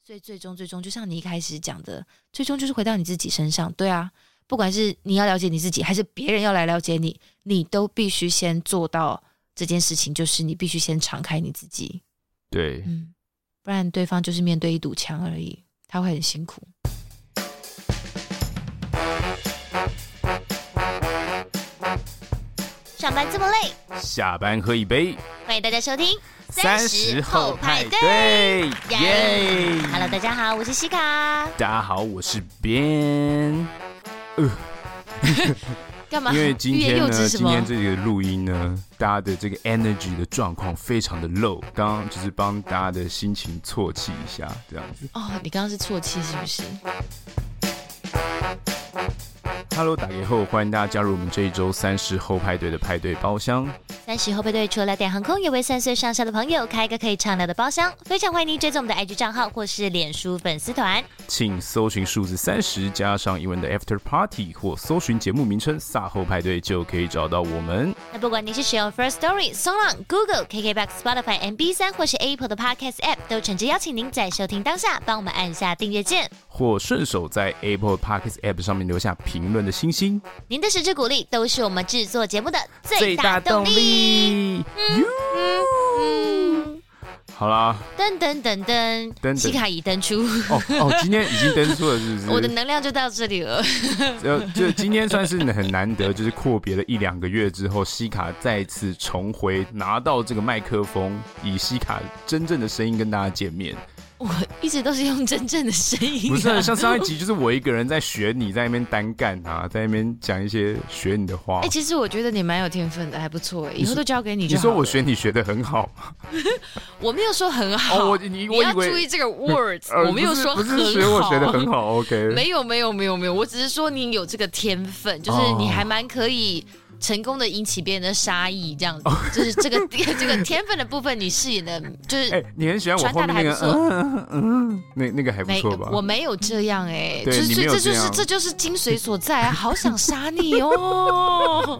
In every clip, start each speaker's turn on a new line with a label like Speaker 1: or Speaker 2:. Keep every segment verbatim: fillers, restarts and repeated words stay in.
Speaker 1: 所以最终最终就像你一开始讲的，最终就是回到你自己身上。对啊，不管是你要了解你自己还是别人要来了解你，你都必须先做到这件事情，就是你必须先敞开你自己。
Speaker 2: 对，
Speaker 1: 嗯，不然对方就是面对一堵墙而已，他会很辛苦。上班这么累，
Speaker 2: 下班喝一杯，
Speaker 1: 欢迎大家收听
Speaker 2: 三十后派对，耶
Speaker 1: ！Hello， 大家好，我是西卡。
Speaker 2: 大家好，我是边。呃，
Speaker 1: 干嘛？
Speaker 2: 因为今天呢，今天
Speaker 1: 这
Speaker 2: 这个录音呢，大家的这个 energy 的状况非常的 low， 刚刚就是帮大家的心情啜泣一下，这样子。
Speaker 1: 哦，你刚刚是啜泣是不是
Speaker 2: ？Hello， 打给后，欢迎大家加入我们这一周三十后派对的派对包厢。
Speaker 1: 三十后派对除了点航空，也为三岁上下的朋友开一个可以畅聊的包厢。非常欢迎你追踪我们的 I G 账号或是脸书粉丝团，
Speaker 2: 请搜寻数字三十加上英文的 After Party， 或搜寻节目名称撒后派对就可以找到我们。
Speaker 1: 那不管你是使用 First Story、Song、Google、K K B O X、Spotify、M P 三 或是 Apple 的 Podcast App， 都诚挚邀请您在收听当下帮我们按下订阅键，
Speaker 2: 或顺手在 Apple Podcast App 上面留下评论的星星。
Speaker 1: 您的实质鼓励都是我们制作节目的最大动力。
Speaker 2: 嗯嗯、好啦，
Speaker 1: 噔噔噔噔噔，西卡已登出。
Speaker 2: 哦哦，今天已经登出了，是不是？
Speaker 1: 我的能量就到这里了。
Speaker 2: 就就今天算是很难得，就是阔别了一两个月之后，西卡再次重回，拿到这个麦克风，以西卡真正的声音跟大家见面。
Speaker 1: 我一直都是用真正的声音、啊，
Speaker 2: 不是像上一集就是我一个人在学你，在那边单干啊，在那边讲一些学你的话。
Speaker 1: 哎、欸，其实我觉得你蛮有天分的，还不错哎，以后都交给你就好了。
Speaker 2: 你说我学你学得很好，
Speaker 1: 我没有说很好，
Speaker 2: 哦、我你我以为
Speaker 1: 你要注意这个 words，、呃、我没有说很好，
Speaker 2: 不是学我学得很好 ，OK？
Speaker 1: 没有没有没有没有，我只是说你有这个天分，就是你还蛮可以。成功的引起别人的杀意，这样子，就是这个这个天分的部分，你饰演的就是，哎、
Speaker 2: 欸，你很喜欢我后面那个，嗯嗯，那那个还不错吧？
Speaker 1: 我没有这样哎、欸，
Speaker 2: 对，
Speaker 1: 就是
Speaker 2: 你没有这样，
Speaker 1: 这就是这就是精髓所在啊！好想杀你哦。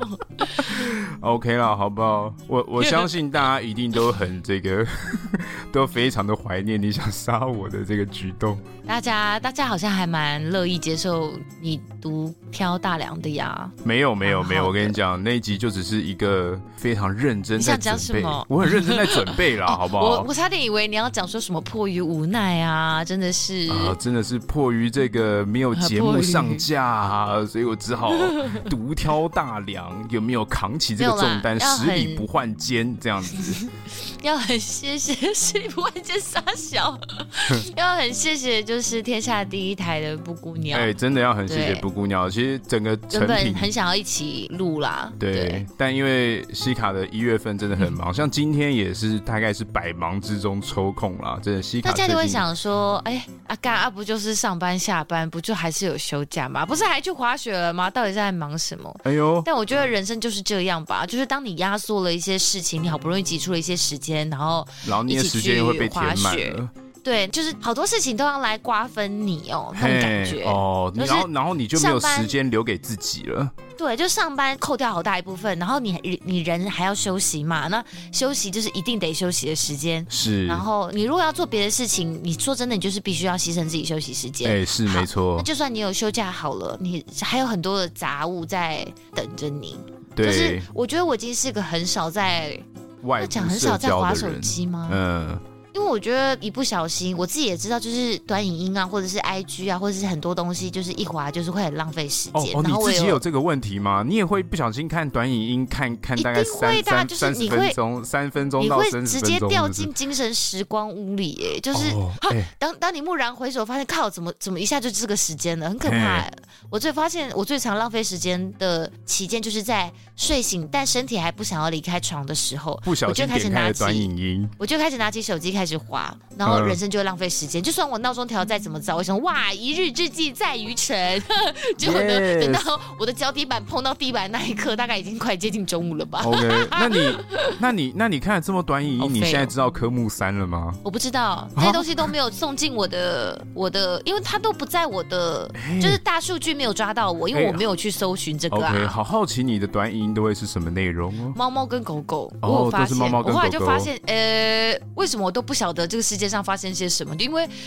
Speaker 2: OK 啦，好不好？我我相信大家一定都很这个，都非常的怀念你想杀我的这个举动。
Speaker 1: 大家大家好像还蛮乐意接受你独挑大梁的呀。
Speaker 2: 没有没有没有，我跟你讲。那一集就只是一个非常认真在准备，你想讲什么？我很认真在准备啦，好不好？
Speaker 1: 我我差点以为你要讲说什么迫于无奈啊，真的是
Speaker 2: 啊、呃，真的是迫于这个没有节目上架啊，所以我只好独挑大梁，有没有扛起这个重担，十里不换肩这样子。
Speaker 1: 要很谢谢十里不换肩傻小，要很谢谢就是天下第一台的布谷鸟，
Speaker 2: 哎、欸，真的要很谢谢布谷鸟。其实整个成品
Speaker 1: 原本很想要一起录啦。
Speaker 2: 对，
Speaker 1: 对，
Speaker 2: 但因为西卡的一月份真的很忙，嗯、像今天也是大概是百忙之中抽空啦。真的，西卡
Speaker 1: 大家就会想说，哎、欸，啊干啊不就是上班下班，不就还是有休假吗？不是还去滑雪了吗？到底在忙什么？
Speaker 2: 哎呦！
Speaker 1: 但我觉得人生就是这样吧，就是当你压缩了一些事情，你好不容易挤出了一些时间，然后
Speaker 2: 然后你的时间会被填满了。
Speaker 1: 对，就是好多事情都要来瓜分你哦，那种感觉
Speaker 2: 哦。然后，然后你就没有时间留给自己了。
Speaker 1: 对，就上班扣掉好大一部分，然后你你人还要休息嘛？那休息就是一定得休息的时间。
Speaker 2: 是。
Speaker 1: 然后你如果要做别的事情，你说真的，你就是必须要牺牲自己休息时间。
Speaker 2: 哎、欸，是没错。
Speaker 1: 那就算你有休假好了，你还有很多的杂物在等着你。
Speaker 2: 对。
Speaker 1: 就是我觉得我已经是个很少在
Speaker 2: 外
Speaker 1: 讲很少在滑手机吗？
Speaker 2: 嗯。
Speaker 1: 因为我觉得一不小心，我自己也知道，就是短影音啊，或者是 I G 啊，或者是很多东西，就是一滑就是会很浪费时间。
Speaker 2: 哦，
Speaker 1: 然后我
Speaker 2: 你自己有这个问题吗？你也会不小心看短影音，看看大概三三
Speaker 1: 就是
Speaker 2: 你分钟，三分钟到三十分钟，
Speaker 1: 你会直接掉进精神时光屋里，哎，就是、哦欸、当当你蓦然回首，发现靠，怎么怎么一下就这个时间了，很可怕。我最发现我最常浪费时间的期间，就是在睡醒但身体还不想要离开床的时候，
Speaker 2: 不小心点开了短影音，
Speaker 1: 我就开始拿起手机开始滑。然后人生就会浪费时间，就算我闹钟调再怎么早，我想哇，一日之计在于晨，结果呢， yes. 等到我的脚底板碰到地板那一刻，大概已经快接近中午了吧。
Speaker 2: OK， 那你那你那你看了这么短影音，你现在知道科目三了吗？
Speaker 1: 我不知道，这些东西都没有送进我的我的，因为它都不在我的，就是大数据没有抓到我，因为我没有去搜寻这个啊。
Speaker 2: OK， 好好奇你的短影音都会是什么内容哦？
Speaker 1: 猫猫跟狗狗，
Speaker 2: 哦，
Speaker 1: 我有发现，
Speaker 2: 都是猫猫跟狗狗。
Speaker 1: 我后来就发现，呃，为什么我都不晓得这个世界上发生些什么？因为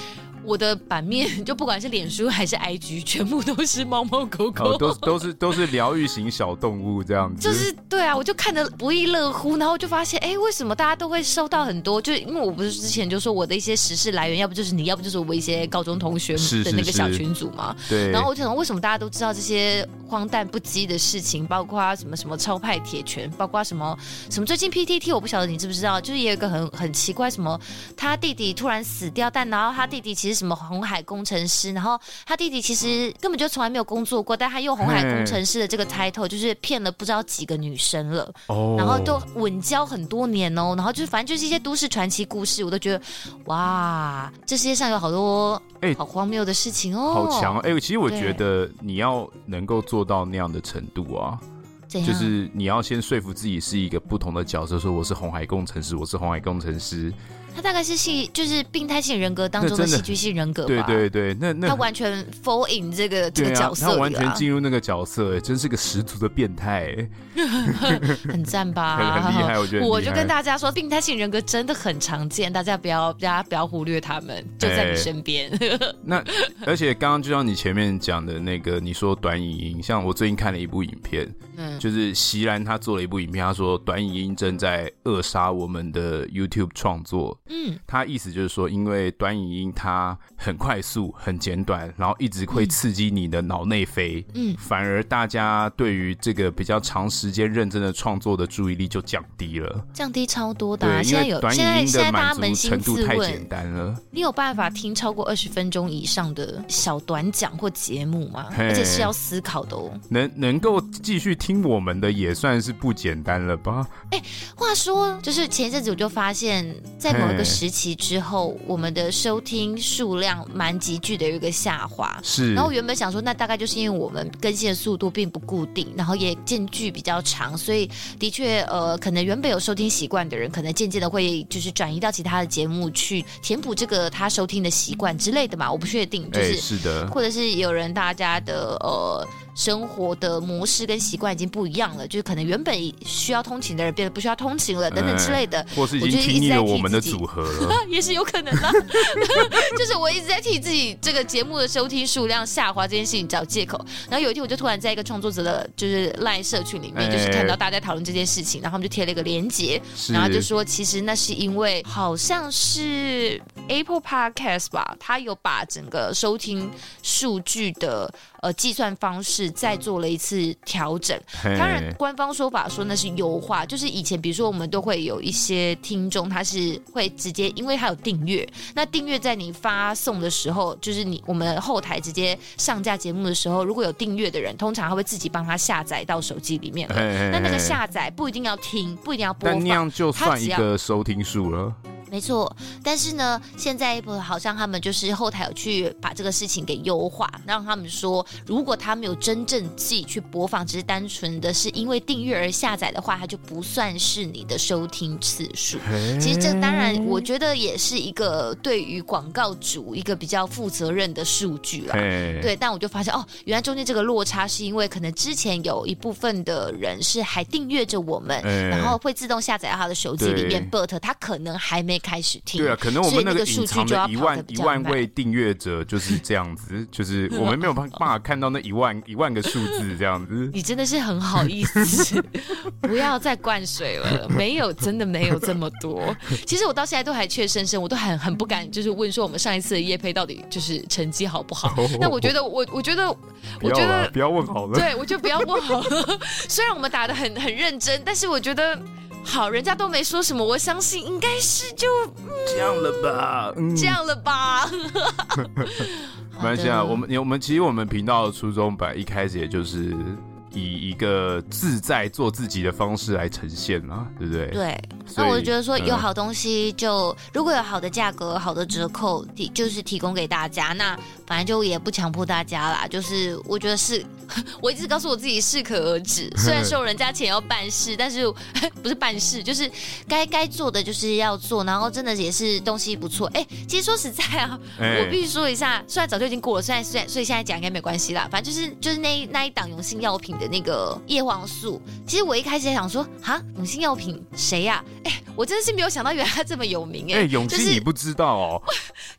Speaker 1: 我的版面就不管是脸书还是 I G， 全部都是猫猫狗狗，
Speaker 2: 哦、都都是都是疗愈型小动物这样子。
Speaker 1: 就是对啊，我就看得不亦乐乎，然后就发现，哎，为什么大家都会收到很多？就因为我不是之前就说我的一些时事来源，要不就是你，要不就是我一些高中同学的那个小群组嘛。
Speaker 2: 是是是对。
Speaker 1: 然后我就想，为什么大家都知道这些荒诞不羁的事情，包括什么什么超派铁拳，包括什么什么最近 P T T， 我不晓得你知不知道，就是也有一个很很奇怪，什么他弟弟突然死掉，但然后他弟弟其实什么红海工程师，然后他弟弟其实根本就从来没有工作过，但他用红海工程师的这个 title， 就是骗了不知道几个女生了，哦、然后都稳交很多年哦，然后就是反正就是一些都市传奇故事，我都觉得哇，这世界上有好多哎好荒谬的事情哦，
Speaker 2: 好强哎、欸！其实我觉得你要能够做到那样的程度啊。就是你要先说服自己是一个不同的角色，说我是红海工程师，我是红海工程师。
Speaker 1: 他大概是戏，就是病态性人格当中的戏剧性人格吧。
Speaker 2: 对对对，那那
Speaker 1: 他完全 fall in 这个这个角色、啊，
Speaker 2: 他完全进入那个角色，真是个十足的变态，
Speaker 1: 很赞吧？
Speaker 2: 很很厉害，我觉得。
Speaker 1: 我就跟大家说，病态性人格真的很常见，大家不要大家不要忽略他们，就在你身边。欸、
Speaker 2: 那而且刚刚就像你前面讲的那个，你说短影音，像我最近看了一部影片，嗯，就是席然他做了一部影片，他说短影音正在扼杀我们的 YouTube 创作。嗯，他意思就是说，因为短影音它很快速、很简短，然后一直会刺激你的脑内啡，嗯，反而大家对于这个比较长时间认真的创作的注意力就降低了，
Speaker 1: 降低超多的、啊。
Speaker 2: 对，
Speaker 1: 现在有
Speaker 2: 短影音的满足程度太简单了。
Speaker 1: 你有办法听超过二十分钟以上的小短讲或节目吗？而且是要思考的哦。
Speaker 2: 能能够继续听我们的也算是不简单了吧？
Speaker 1: 哎，话说，就是前一阵子我就发现，在某一个时期之后，我们的收听数量蛮急剧的有一个下滑。
Speaker 2: 是。
Speaker 1: 然后我原本想说，那大概就是因为我们更新的速度并不固定，然后也间距比较长，所以的确，呃，可能原本有收听习惯的人，可能渐渐的会就是转移到其他的节目去填补这个他收听的习惯之类的嘛。我不确定，就是、
Speaker 2: 欸、是的，
Speaker 1: 或者是有人大家的呃。生活的模式跟习惯已经不一样了，就是可能原本需要通勤的人变得不需要通勤了，等等之类的，
Speaker 2: 或是已经听腻了我们的组合了，
Speaker 1: 也是有可能啦。就是我一直在替自己这个节目的收听数量下滑这件事情找借口。然后有一天我就突然在一个创作者的就是 LINE 社群里面，就是看到大家在讨论这件事情，然后他们就贴了一个连结，然后就说其实那是因为好像是 Apple Podcast 吧，它有把整个收听数据的呃计算方式再做了一次调整。当然官方说法说那是优化，就是以前比如说我们都会有一些听众他是会直接因为他有订阅，那订阅在你发送的时候，就是你我们后台直接上架节目的时候，如果有订阅的人通常他会自己帮他下载到手机里面了。那那个下载不一定要听，不一定要播放，
Speaker 2: 但那样就算一个收听数了。
Speaker 1: 没错，但是呢，现在好像他们就是后台有去把这个事情给优化，让他们说，如果他没有真正自己去播放，只是单纯的是因为订阅而下载的话，它就不算是你的收听次数。其实这当然，我觉得也是一个对于广告主一个比较负责任的数据啦。对，但我就发现哦，原来中间这个落差是因为可能之前有一部分的人是还订阅着我们，然后会自动下载到他的手机里面 ，but 他可能还没开始听。
Speaker 2: 对啊，可能我们那个隐藏的一万一万位订阅者就是这样子，就是我们没有办法看到那一万一万个数字这样子。
Speaker 1: 你真的是很好意思，不要再灌水了，没有，真的没有这么多。其实我到现在都还怯生生，我都很很不敢，就是问说我们上一次的业配到底就是成绩好不好？那我觉得我我觉得我觉得
Speaker 2: 不要问好了，
Speaker 1: 对，我就不要问好了。虽然我们打得很很认真，但是我觉得。好，人家都没说什么，我相信应该是就、嗯、
Speaker 2: 这样了吧，嗯、
Speaker 1: 这样了吧。
Speaker 2: 没关系啊，我们我们其实我们频道的初衷本来一开始也就是以一个自在做自己的方式来呈现嘛，对不对？
Speaker 1: 对。那我就觉得说有好东西就、嗯、如果有好的价格好的折扣就是提供给大家，那反正就也不强迫大家啦，就是我觉得是我一直告诉我自己适可而止，虽然收人家钱要办事，但是不是办事，就是该该做的就是要做，然后真的也是东西不错。哎，其实说实在啊、欸、我必须说一下，虽然早就已经过了，虽然虽然所以现在讲应该没关系啦，反正就是就是那那一档永信药品的那个叶黄素，其实我一开始也想说哈永信药品谁呀、啊？哎，我真的是没有想到原来他这么有名哎、欸！
Speaker 2: 哎，永信、就是、你不知道哦？
Speaker 1: 就是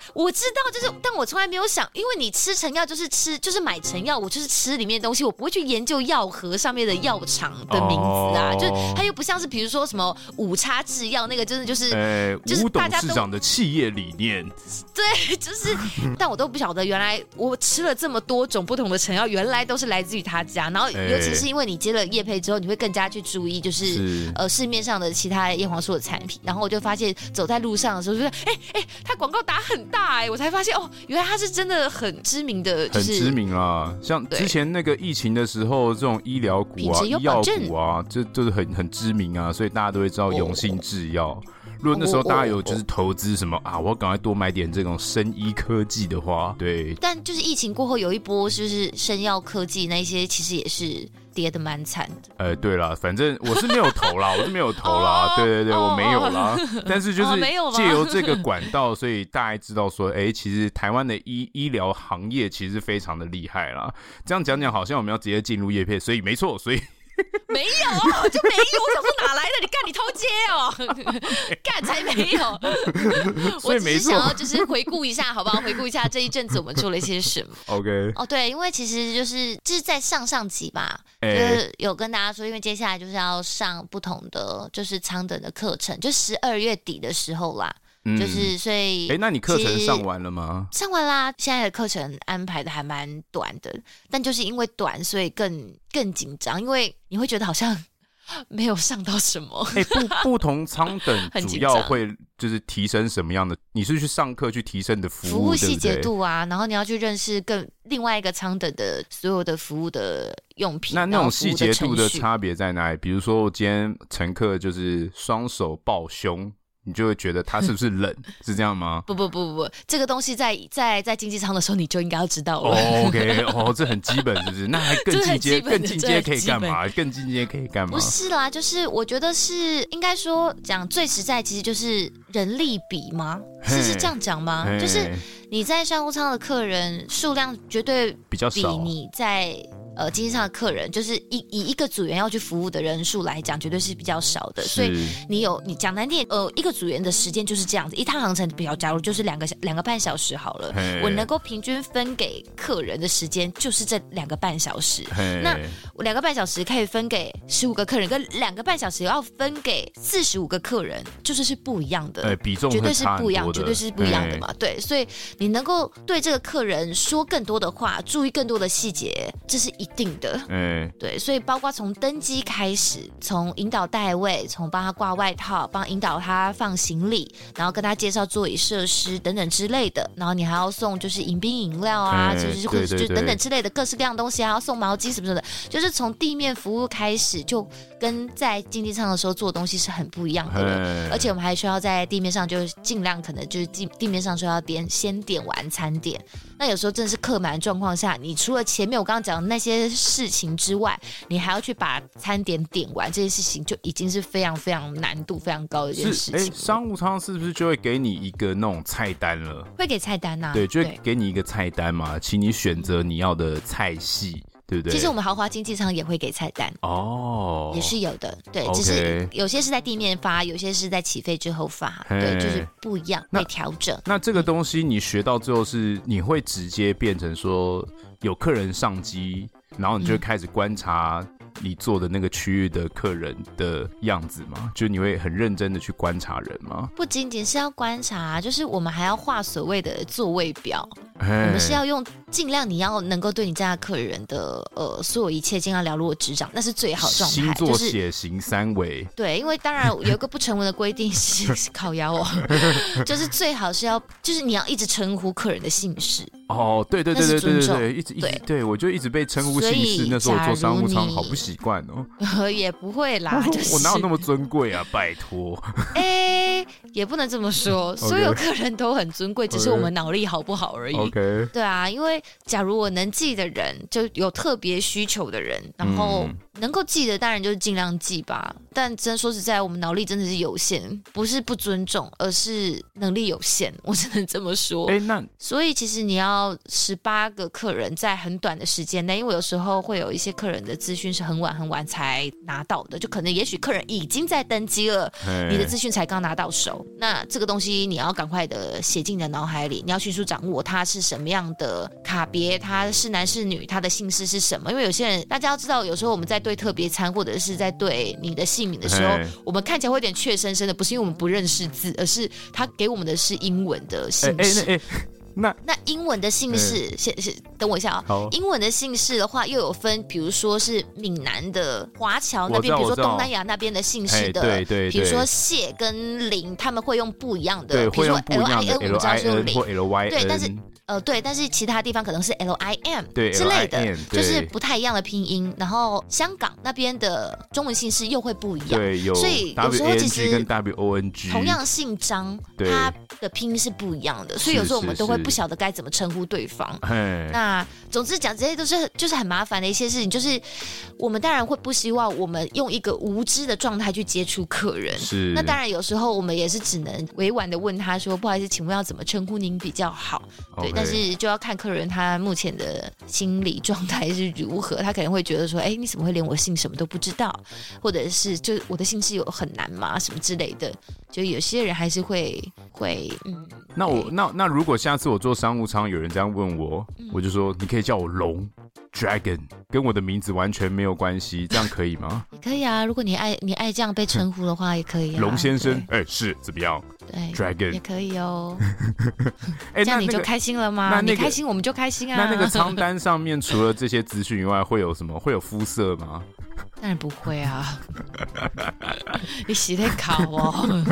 Speaker 1: 我知道，就是但我从来没有想，因为你吃成药就是吃就是买成药，我就是吃里面的东西，我不会去研究药盒上面的药厂的名字啊，哦、就是它又不像是比如说什么五叉制药那个，真的就是，
Speaker 2: 呃、欸，
Speaker 1: 就是
Speaker 2: 大家都董事长的企业理念，
Speaker 1: 对，就是，但我都不晓得原来我吃了这么多种不同的成药，原来都是来自于他家，然后尤其是因为你接了业配之后，你会更加去注意，就是。是呃，市面上的其他叶黄素的产品，然后我就发现走在路上的时候，就说，哎哎，他广告打很大哎、欸，我才发现哦，原来他是真的很知名的，就是、
Speaker 2: 很知名啦。像之前那个疫情的时候，这种医疗股啊、医药股啊，这就是很很知名啊，所以大家都会知道永信制药。哦如果那时候大家有就是投资什么啊，我要赶快多买点这种生医科技的话，对。
Speaker 1: 但就是疫情过后有一波就是生药科技那些，其实也是跌得蛮惨的。
Speaker 2: 呃，对啦，反正我是没有投啦，我是没有投啦，对对对，我没有啦。但是就是借由这个管道，所以大家知道说，哎，其实台湾的医医疗行业其实非常的厉害啦。这样讲讲，好像我们要直接进入业配，所以没错，所以。
Speaker 1: 没有啊，就没有。我想说哪来的？你干你偷接哦？干才没有。我只是想要就是回顾一下，好不好？回顾一下这一阵子我们做了一些什么。
Speaker 2: OK。
Speaker 1: 哦，对，因为其实就是就是在上上集吧，欸、就是有跟大家说，因为接下来就是要上不同的就是舱等的课程，就十二月底的时候啦。嗯、就是所以，
Speaker 2: 哎、欸，那你课程上完了吗？
Speaker 1: 上完啦，现在的课程安排的还蛮短的，但就是因为短，所以更更紧张，因为你会觉得好像没有上到什么。
Speaker 2: 哎、欸，不不同舱等主要会就是提升什么样的？你是去上课去提升你的服务
Speaker 1: 服务细节度啊，然后你要去认识更另外一个舱等的所有的服务的用品。
Speaker 2: 那那种细节度的差别在哪里？比如说，我今天乘客就是双手抱胸。你就会觉得他是不是冷，是这样吗？
Speaker 1: 不不不不不，这个东西在在在经济舱的时候你就应该要知道了。
Speaker 2: 哦、OK， 哦，这很基本，是不是？那还更进阶，更进阶可以干嘛？更进阶可以干嘛？
Speaker 1: 不是啦，就是我觉得是应该说讲最实在，其实就是人力比吗？是是这样讲吗？就是你在商务舱的客人数量绝对
Speaker 2: 比较少，
Speaker 1: 比你在。呃，经济舱的客人就是以以一个组员要去服务的人数来讲，绝对是比较少的。所以你有你讲难点，呃，一个组员的时间就是这样子，一趟航程比较，假如就是两个两个半小时好了，我能够平均分给客人的时间就是这两个半小时。那我两个半小时可以分给十五个客人，跟两个半小时要分给四十五个客人，就是是不一样的，
Speaker 2: 欸、比重
Speaker 1: 绝对是不一样，绝对是不一样的嘛。对，所以你能够对这个客人说更多的话，注意更多的细节，这是一定的，嗯，对，所以包括从登机开始，从引导带位，从帮他挂外套，帮引导他放行李，然后跟他介绍座椅设施等等之类的，然后你还要送就是饮冰饮料啊，就是或者就等等之类的各式各样的东西，还要送毛巾什么什么的，就是从地面服务开始，就跟在经济舱的时候做的东西是很不一样的了。而且我们还需要在地面上，就是尽量可能就是地地面上说要点先点完餐点。那有时候真的是客满的状况下，你除了前面我刚刚讲的那些事情之外，你还要去把餐点点完，这件事情就已经是非常非常难度非常高的一件事情。
Speaker 2: 哎，商务舱是不是就会给你一个那种菜单了？
Speaker 1: 会给菜单啊，
Speaker 2: 对，就会给你一个菜单嘛，请你选择你要的菜系。对不对？
Speaker 1: 其实我们豪华经济舱也会给菜单哦，也是有的。对，只是有些是在地面发，有些是在起飞之后发，对，就是不一样，会调整。
Speaker 2: 那这个东西你学到之后是，你会直接变成说有客人上机，然后你就会开始观察你坐的那个区域的客人的样子吗？就你会很认真的去观察人吗？
Speaker 1: 不仅仅是要观察，就是我们还要画所谓的座位表。我们是要用尽量你要能够对你家的客人的呃所有一切尽量了如指掌，那是最好的状态。
Speaker 2: 星座血型三围、就是、
Speaker 1: 对，因为当然有一个不成文的规定是是靠腰哦，就是最好是要就是你要一直称呼客人的姓氏。
Speaker 2: 哦，对对对对对对对，一直一直 对, 对我就一直被称呼姓氏，那时候我坐商务舱好不习惯哦。
Speaker 1: 也不会啦，就是、
Speaker 2: 我哪有那么尊贵啊，拜托。
Speaker 1: 哎，也不能这么说，所有客人都很尊贵， okay. 只是我们脑力好不好而已。Okay. 对啊，因为假如我能记的人，就有特别需求的人，然后能够记得当然就是尽量记吧，但真说实在我们脑力真的是有限，不是不尊重，而是能力有限，我只能这么说。
Speaker 2: 哎，那
Speaker 1: 所以其实你要十八个客人在很短的时间内，因为有时候会有一些客人的资讯是很晚很晚才拿到的，就可能也许客人已经在登机了，你的资讯才刚拿到手，那这个东西你要赶快的写进你的脑海里，你要迅速掌握他是什么样的卡别，他是男是女，他的姓氏是什么。因为有些人大家要知道，有时候我们在对特别餐或者是在对你的姓名的时候，我们看起来会有点怯生生的，不是因为我们不认识字，而是他给我们的是英文的姓氏。欸欸欸
Speaker 2: 那
Speaker 1: 那英文的姓氏，先、嗯、等我一下啊、哦。英文的姓氏的话，又有分，比如说是闽南的华侨那边，比如说东南亚那边的姓氏的，
Speaker 2: 对对对，
Speaker 1: 比如说谢跟林，他们会用不一样的，比如说 L I N， 我们知道是用林，对，但是。呃，对，但是其他地方可能是 L I M 之类的，就是不太一样的拼音。然后香港那边的中文姓氏又会不一样，
Speaker 2: 对，有，
Speaker 1: 所以有时候其实
Speaker 2: 跟 W O N G
Speaker 1: 同样姓张，他的拼音是不一样的，所以有时候我们都会不晓得该怎么称呼对方。那总之讲这些都是就是很麻烦的一些事情，就是我们当然会不希望我们用一个无知的状态去接触客人，
Speaker 2: 是。
Speaker 1: 那当然有时候我们也是只能委婉的问他说，不好意思，请问要怎么称呼您比较好？对。Okay. 但是就要看客人他目前的心理状态是如何，他可能会觉得说，哎，你怎么会连我姓什么都不知道？或者是就我的姓氏有很难吗？什么之类的，就有些人还是会会嗯。
Speaker 2: 那我那那如果下次我做商务舱，有人这样问我，嗯、我就说你可以叫我龙 Dragon， 跟我的名字完全没有关系，这样可以吗？
Speaker 1: 也可以啊，如果你爱你爱这样被称呼的话，也可以啊。
Speaker 2: 龙先生，哎、欸，是怎么样？
Speaker 1: 对
Speaker 2: ，Dragon
Speaker 1: 也可以哦。欸、这样你就开心了吗？那、那個、你开心我们就开心啊。
Speaker 2: 那那个舱单上面除了这些资讯以外，会有什么？会有肤色吗？
Speaker 1: 当然不会啊。你写在考哦。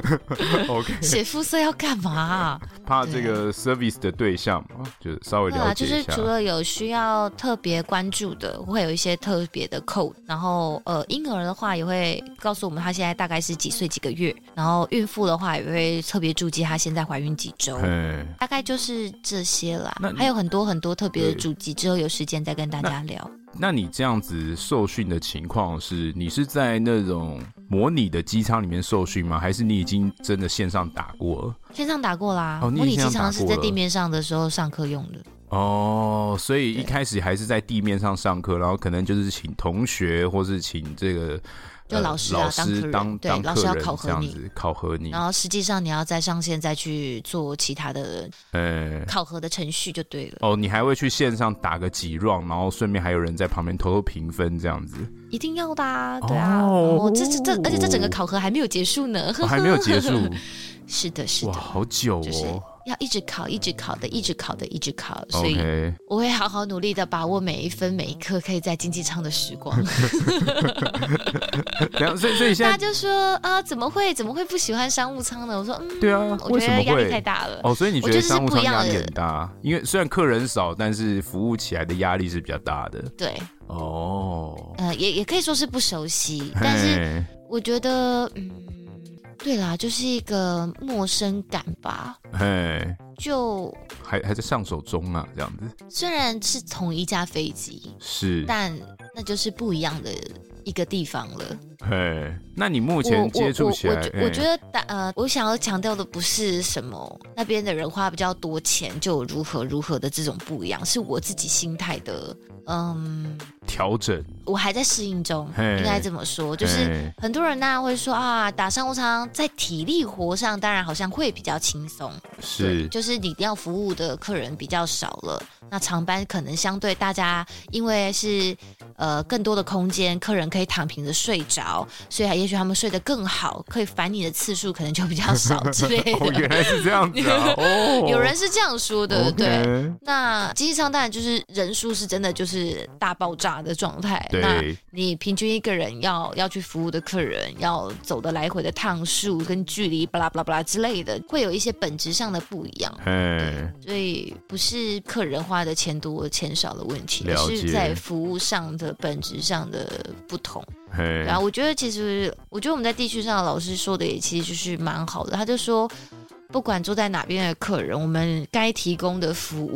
Speaker 2: OK。
Speaker 1: 写肤色要干嘛？
Speaker 2: 怕这个 service 的对象嘛，就是稍微了解一下。
Speaker 1: 就是除了有需要特别关注的，会有一些特别的 code， 然后呃婴儿的话也会告诉我们他现在大概是几岁几个月，然后孕妇的话也会特别注记她现在怀孕几周，大概就是这些啦。还有很多很多特别的注记，之后有时间再跟大家聊。
Speaker 2: 那你这样子受训的情况是，你是在那种模拟的机舱里面受训吗？还是你已经真的线上打过了？
Speaker 1: 线上打过啦，
Speaker 2: 哦、
Speaker 1: 模拟机舱是在地面上的时候上课用的。
Speaker 2: 哦，所以一开始还是在地面上上课，然后可能就是请同学或是请这个。
Speaker 1: 就老师啊，
Speaker 2: 呃、老师当
Speaker 1: 对，老师要考核你，
Speaker 2: 考核你，
Speaker 1: 然后实际上你要再上线再去做其他的呃考核的程序就对了。
Speaker 2: 哦，你还会去线上打个几 round， 然后顺便还有人在旁边偷偷评分这样子。
Speaker 1: 一定要的啊，对啊，哦，哦这这这，而且这整个考核还没有结束呢，
Speaker 2: 哦、还没有结束。
Speaker 1: 是的，是的，
Speaker 2: 哇，好久哦。就是
Speaker 1: 要一直考，一直考的，一直考的，一直考，所以我会好好努力的把握每一分每一刻可以在经济舱的时光。
Speaker 2: 所以所以现在
Speaker 1: 大家就说啊，怎么会怎么会不喜欢商务舱呢？我说嗯，
Speaker 2: 对啊，
Speaker 1: 我觉得压力太大了。
Speaker 2: 哦，所以你觉得商务舱压力很大？因为虽然客人少，但是服务起来的压力是比较大的。
Speaker 1: 对，
Speaker 2: 哦，
Speaker 1: 呃，也也可以说是不熟悉，但是我觉得嗯。对啦，就是一个陌生感吧。
Speaker 2: 嘿，
Speaker 1: 就
Speaker 2: 还还在上手中啊，这样子。
Speaker 1: 虽然是同一架飞机，
Speaker 2: 是，
Speaker 1: 但那就是不一样的一个地方了。
Speaker 2: 嘿，那你目前接触起来，
Speaker 1: 我我我觉得呃，我想要强调的不是什么那边的人花比较多钱就如何如何的这种不一样，是我自己心态的嗯
Speaker 2: 调整。
Speaker 1: 我还在适应中，应该这么说。就是很多人当然会说啊，打商务舱在体力活上当然好像会比较轻松，
Speaker 2: 是，
Speaker 1: 就是你要服务的客人比较少了，那长班可能相对大家因为是呃更多的空间，客人可以躺平的睡着，所以也许他们睡得更好，可以烦你的次数可能就比较少之类的。
Speaker 2: 哦，原来是这样子啊！哦，
Speaker 1: 有人是这样说的，
Speaker 2: okay.
Speaker 1: 对。那经济舱当然就是人数是真的就是大爆炸的状态。那你平均一个人要要去服务的客人要走的来回的趟数跟距离巴拉巴拉巴拉之类的，会有一些本质上的不一样。所以不是客人花的钱多钱少的问题，而是在服务上的本质上的不同。对啊，我觉得其实我觉得我们在地区上的老师说的也其实就是蛮好的，他就说不管坐在哪边的客人，我们该提供的服务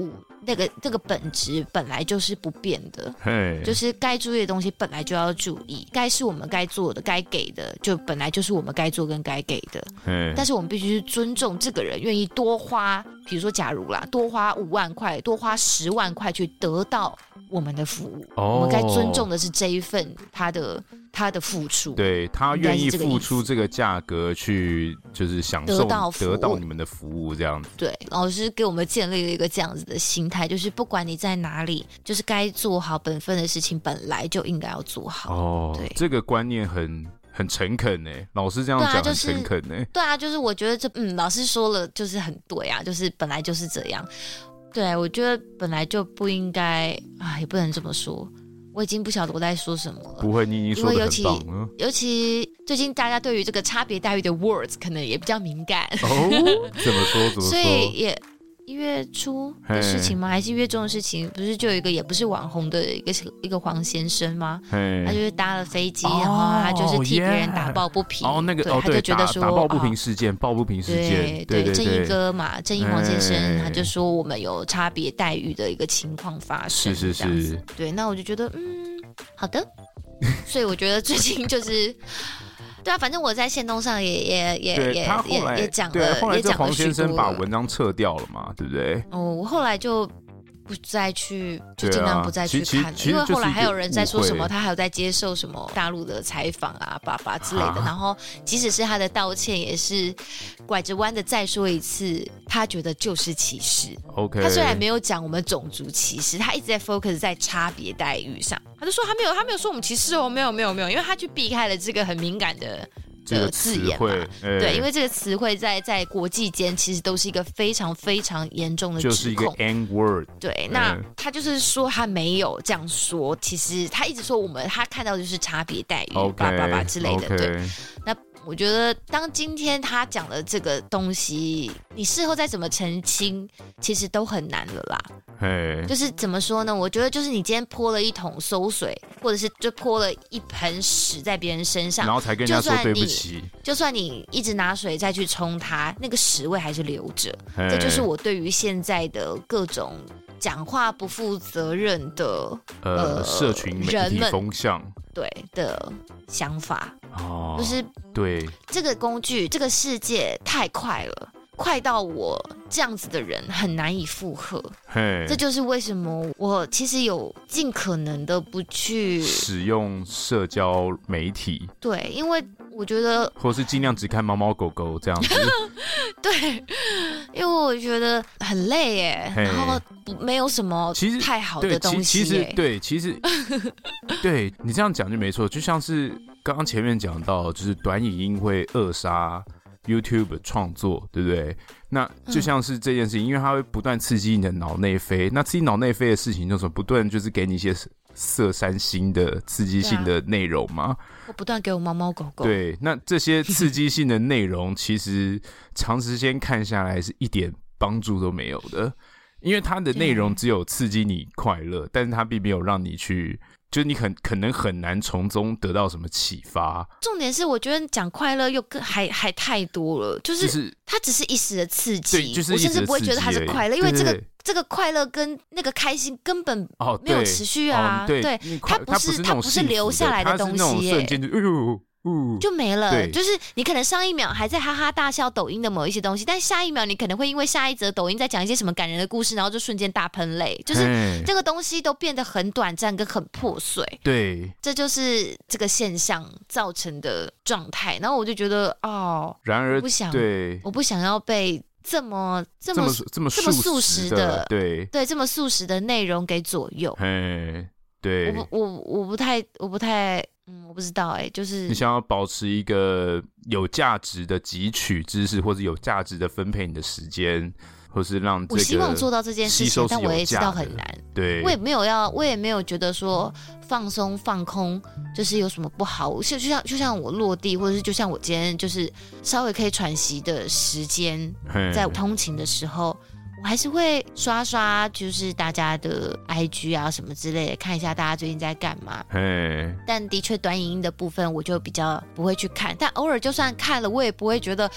Speaker 1: 那个这个本质本来就是不变的，就是该注意的东西本来就要注意，该是我们该做的该给的就本来就是我们该做跟该给的，但是我们必须尊重这个人愿意多花，比如说假如啦多花五万块多花十万块去得到我们的服务、哦、我们该尊重的是这一份他的他的付出，
Speaker 2: 对，他愿意付出这个价格去就是享受得到得到你们的服务这样子。
Speaker 1: 对，老师给我们建立了一个这样子的心态，就是不管你在哪里，就是该做好本分的事情本来就应该要做好。哦，对，
Speaker 2: 这个观念很很诚恳哎，老师这样讲很诚恳哎、
Speaker 1: 对啊，就是我觉得这嗯，老师说了就是很对啊，就是本来就是这样。对，我觉得本来就不应该啊，也不能这么说。我已经不晓得我在说什么了。
Speaker 2: 不会，你已经说得很棒了。
Speaker 1: 尤其最近大家对于这个差别待遇的 words 可能也比较敏感。
Speaker 2: 哦，怎么说？怎么说？
Speaker 1: 所以也一月初的事情吗？还是一月中的事情？不是就有一个也不是网红的一个一个黄先生吗？他就是搭了飞机，然后他就是替别人打抱不平。
Speaker 2: 哦，那个
Speaker 1: 对、
Speaker 2: 哦，
Speaker 1: 他就觉得说
Speaker 2: 打抱不平事件，抱不平事件，
Speaker 1: 对
Speaker 2: 对
Speaker 1: 正义哥嘛，正义黄先生，他就说我们有差别待遇的一个情况发生。
Speaker 2: 是是是。
Speaker 1: 对，那我就觉得嗯。好的，所以我觉得最近就是，对啊，反正我在限动上也也也也也也讲了，
Speaker 2: 后来这黄先生把
Speaker 1: 文
Speaker 2: 章撤掉了嘛，对不对？
Speaker 1: 哦，我后来就不再去，就尽量不再去看了，因为后来还有人在说什么，他还有在接受什么大陆的采访啊、爸爸之类的，然后即使是他的道歉，也是拐着弯的再说一次，他觉得就是歧视。
Speaker 2: OK，
Speaker 1: 他虽然没有讲我们种族歧视，他一直在 focus 在差别待遇上。他就说他没有，他没有说我们歧视哦，没有没有没有，因为他去避开了这个很敏感的。的字眼嘛、欸、对，因为这个词汇在在国际间其实都是一个非常非常严重的指控，
Speaker 2: 就是一个 N word。
Speaker 1: 对，那他就是说他没有这样说，其实他一直说我们他看到的就是差别待遇，叭叭叭之类的。对，那我觉得当今天他讲的这个东西，你事后再怎么澄清，其实都很难了啦。就是怎么说呢？我觉得就是你今天泼了一桶馊水，或者是就泼了一盆屎在别人身上，
Speaker 2: 然后才跟人家说对不起。
Speaker 1: 就算你一直拿水再去冲它，那个屎味还是留着。这就是我对于现在的各种讲话不负责任的
Speaker 2: 呃社群媒体风向
Speaker 1: 对的想法。
Speaker 2: 哦，
Speaker 1: 就是
Speaker 2: 对
Speaker 1: 这个工具，这个世界太快了。快到我这样子的人很难以负荷，这就是为什么我其实有尽可能的不去
Speaker 2: 使用社交媒体。
Speaker 1: 对，因为我觉得，
Speaker 2: 或是尽量只看猫猫狗狗这样子。
Speaker 1: 对，因为我觉得很累耶，然后没有什么太好的东西耶。
Speaker 2: 其实对，其实对你这样讲就没错，就像是刚刚前面讲到，就是短影音会扼杀YouTube 创作，对不对？那就像是这件事情，嗯、因为它会不断刺激你的脑内啡，那刺激脑内啡的事情就是不断就是给你一些色三星的刺激性的内容嘛。
Speaker 1: 我不断给我猫猫狗狗。
Speaker 2: 对，那这些刺激性的内容，其实长时间看下来是一点帮助都没有的，因为它的内容只有刺激你快乐，但是它并没有让你去。就是你很可能很难从中得到什么启发。重
Speaker 1: 点是，我觉得讲快乐又更还还太多了，就是、就是、它只是一时的刺激，
Speaker 2: 对，就是
Speaker 1: 我甚至不会觉得它是快乐，因为这个
Speaker 2: 对对对
Speaker 1: 这个快乐跟那个开心根本没有持续啊，
Speaker 2: 哦、对,
Speaker 1: 对，它不是它不是留下来的东西耶，
Speaker 2: 瞬间就哎呦。
Speaker 1: 就没了，就是你可能上一秒还在哈哈大笑抖音的某一些东西，但下一秒你可能会因为下一则抖音在讲一些什么感人的故事，然后就瞬间大喷泪，就是这个东西都变得很短暂跟很破碎。
Speaker 2: 对，
Speaker 1: 这就是这个现象造成的状态。然后我就觉得，哦，
Speaker 2: 然而
Speaker 1: 我不想，
Speaker 2: 对，
Speaker 1: 我不想要被这么这么
Speaker 2: 这么
Speaker 1: 这么速食的，
Speaker 2: 对
Speaker 1: 对，这么速食的内容给左右。
Speaker 2: 嘿，对，
Speaker 1: 我不我我不太我不太。嗯，我不知道哎、欸，就是
Speaker 2: 你想要保持一个有价值的汲取知识，或者有价值的分配你的时间，或是让这个
Speaker 1: 我希望做到这件事情，但我也知道很难。
Speaker 2: 对，
Speaker 1: 我也没有要，我也没有觉得说放松放空就是有什么不好。就像就像我落地，或者是就像我今天就是稍微可以喘息的时间，在通勤的时候。我还是会刷刷，就是大家的 I G 啊什么之类的，看一下大家最近在干嘛。但的确，短影音的部分我就比较不会去看。但偶尔就算看了，我也不会觉得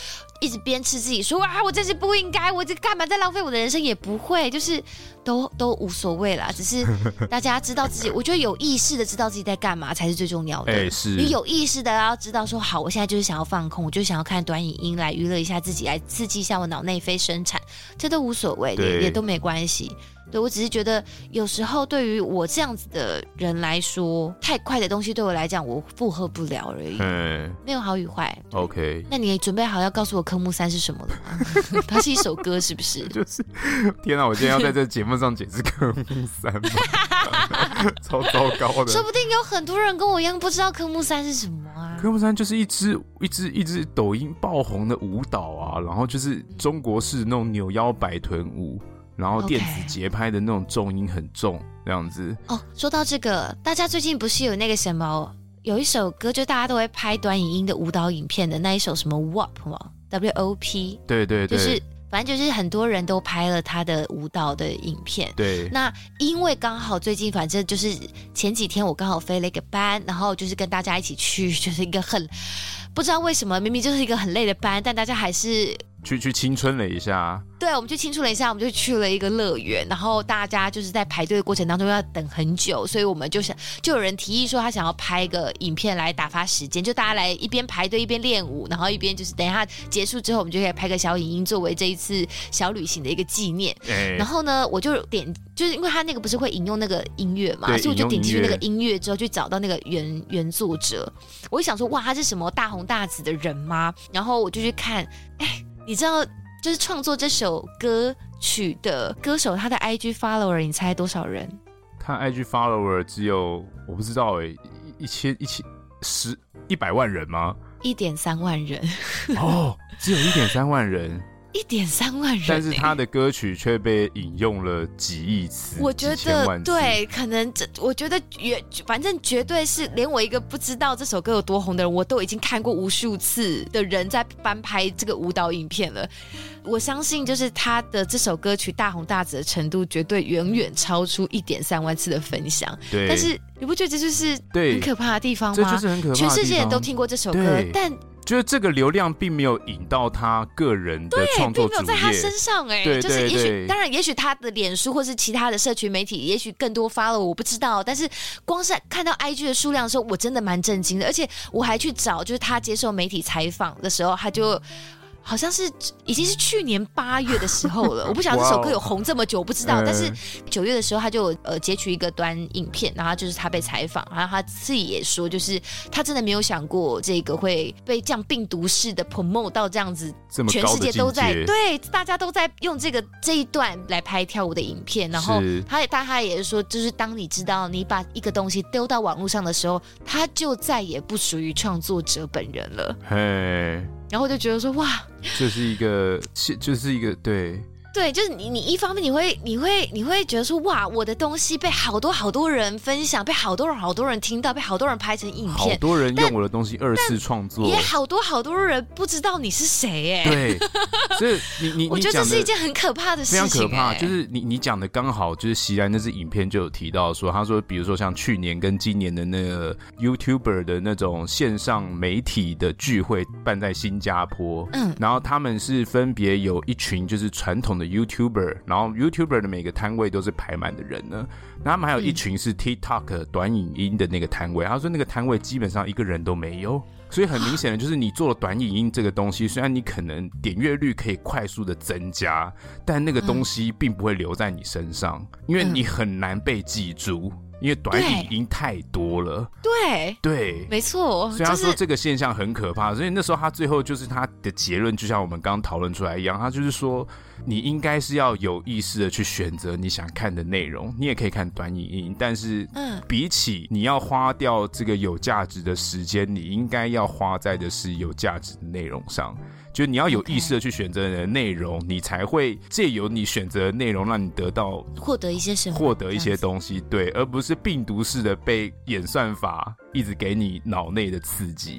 Speaker 1: 一直鞭笞自己说啊，我这是不应该，我这干嘛在浪费我的人生，也不会，就是都都无所谓啦，只是大家知道自己，我觉得有意识的知道自己在干嘛才是最重要的。
Speaker 2: 欸、是
Speaker 1: 你有意识的要知道说，好，我现在就是想要放空，我就想要看短影音来娱乐一下自己，来刺激一下我脑内啡生产，这都无所谓，也也都没关系。对，我只是觉得有时候对于我这样子的人来说，太快的东西对我来讲我负荷不了而已，嗯，没有好与坏。
Speaker 2: OK，
Speaker 1: 那你准备好要告诉我科目三是什么了吗？它是一首歌是不是？
Speaker 2: 就是天啊，我今天要在这节目上解释科目三吗？超糟糕的。
Speaker 1: 说不定有很多人跟我一样不知道科目三是什么啊。
Speaker 2: 科目三就是一支一支一支抖音爆红的舞蹈啊，然后就是中国式那种扭腰摆臀舞。然后电子节拍的那种重音很重，这样子。
Speaker 1: 哦，说到这个，大家最近不是有那个什么，有一首歌，就大家都会拍短影音的舞蹈影片的那一首什么 W O P 吗 ？W O P。
Speaker 2: 对对对。
Speaker 1: 就是反正就是很多人都拍了他的舞蹈的影片。
Speaker 2: 对。
Speaker 1: 那因为刚好最近反正就是前几天我刚好飞了一个班，然后就是跟大家一起去，就是一个很不知道为什么明明就是一个很累的班，但大家还是。
Speaker 2: 去去青春了一下，
Speaker 1: 对，我们去青春了一下，我们就去了一个乐园，然后大家就是在排队的过程当中要等很久，所以我们就想，就有人提议说他想要拍一个影片来打发时间，就大家来一边排队一边练舞，然后一边就是等一下结束之后，我们就可以拍个小影音作为这一次小旅行的一个纪念。欸、然后呢，我就点，就是因为他那个不是会引用那个音乐嘛，所以我就点进去那个音乐之后，去找到那个原原作者。我就想说，哇，他是什么大红大紫的人吗？然后我就去看，哎、欸。你知道，就是创作这首歌曲的歌手，他的 I G follower， 你猜多少人？
Speaker 2: 他 I G follower 只有我不知道哎、欸，一千一千十一百万人吗？
Speaker 1: 一点三万人。
Speaker 2: 哦，只有一点三万人。
Speaker 1: 一点三万人、欸，
Speaker 2: 但是他的歌曲却被引用了几亿次，
Speaker 1: 我觉得对，可能这我觉得绝，反正绝对是连我一个不知道这首歌有多红的人，我都已经看过无数次的人在翻拍这个舞蹈影片了。我相信，就是他的这首歌曲大红大紫的程度，绝对远远超出一点三万次的分享。
Speaker 2: 对，
Speaker 1: 但是你不觉得这就是很可怕的地方吗？
Speaker 2: 这就是很可怕的地方，
Speaker 1: 全世界人都听过这首歌，但。
Speaker 2: 就是这个流量并没有引到他个人的创作主业，
Speaker 1: 并没有在他身上哎、
Speaker 2: 欸，
Speaker 1: 就是也许当然，也许他的脸书或是其他的社群媒体，也许更多 follow 我不知道，但是光是看到 I G 的数量的时候，我真的蛮震惊的，而且我还去找，就是他接受媒体采访的时候，他就。好像是已经是去年八月的时候了，我不晓得这首歌有红这么久，我不知道。但是九月的时候，他就呃截取一个短影片，然后就是他被采访，然后他自己也说，就是他真的没有想过这个会被这样病毒式的 promote 到这样子，全世界都在对，大家都在用这个这一段来拍跳舞的影片。然后他也，但他也是说，就是当你知道你把一个东西丢到网络上的时候，他就再也不属于创作者本人了。嘿。然后我就觉得说，哇，
Speaker 2: 这是一个，就是一个对。
Speaker 1: 对，就是你，你一方面你会，你会，你会觉得说，哇，我的东西被好多好多人分享，被好多人好多人听到，被好多人拍成影片，
Speaker 2: 好多人用我的东西二次创作，
Speaker 1: 也好多好多人不知道你是谁哎。
Speaker 2: 对，所以你你
Speaker 1: 我觉得这是一件很可怕的事情，
Speaker 2: 非常可怕。就是你你讲的刚好，就是席然那支影片就有提到说，他说，比如说像去年跟今年的那个 YouTuber 的那种线上媒体的聚会办在新加坡，嗯，然后他们是分别有一群就是传统的 YouTuber。然后 YouTuber 的每个摊位都是排满的人呢，然后他们还有一群是 TikTok 短影音的那个摊位，他说那个摊位基本上一个人都没有，所以很明显的就是你做了短影音这个东西，虽然你可能点阅率可以快速的增加，但那个东西并不会留在你身上，因为你很难被记住。因为短影音太多了，
Speaker 1: 对
Speaker 2: 对，
Speaker 1: 没错。
Speaker 2: 所以他说这个现象很可怕，所以那时候他最后就是他的结论，就像我们刚刚讨论出来一样，他就是说，你应该是要有意识的去选择你想看的内容，你也可以看短影音，但是，比起你要花掉这个有价值的时间，你应该要花在的是有价值的内容上。就你要有意识的去选择你的内容， okay. 你才会借由你选择的内容让你得到
Speaker 1: 获得一些什么，
Speaker 2: 获得一些东西，对，而不是病毒式的被演算法一直给你脑内的刺激。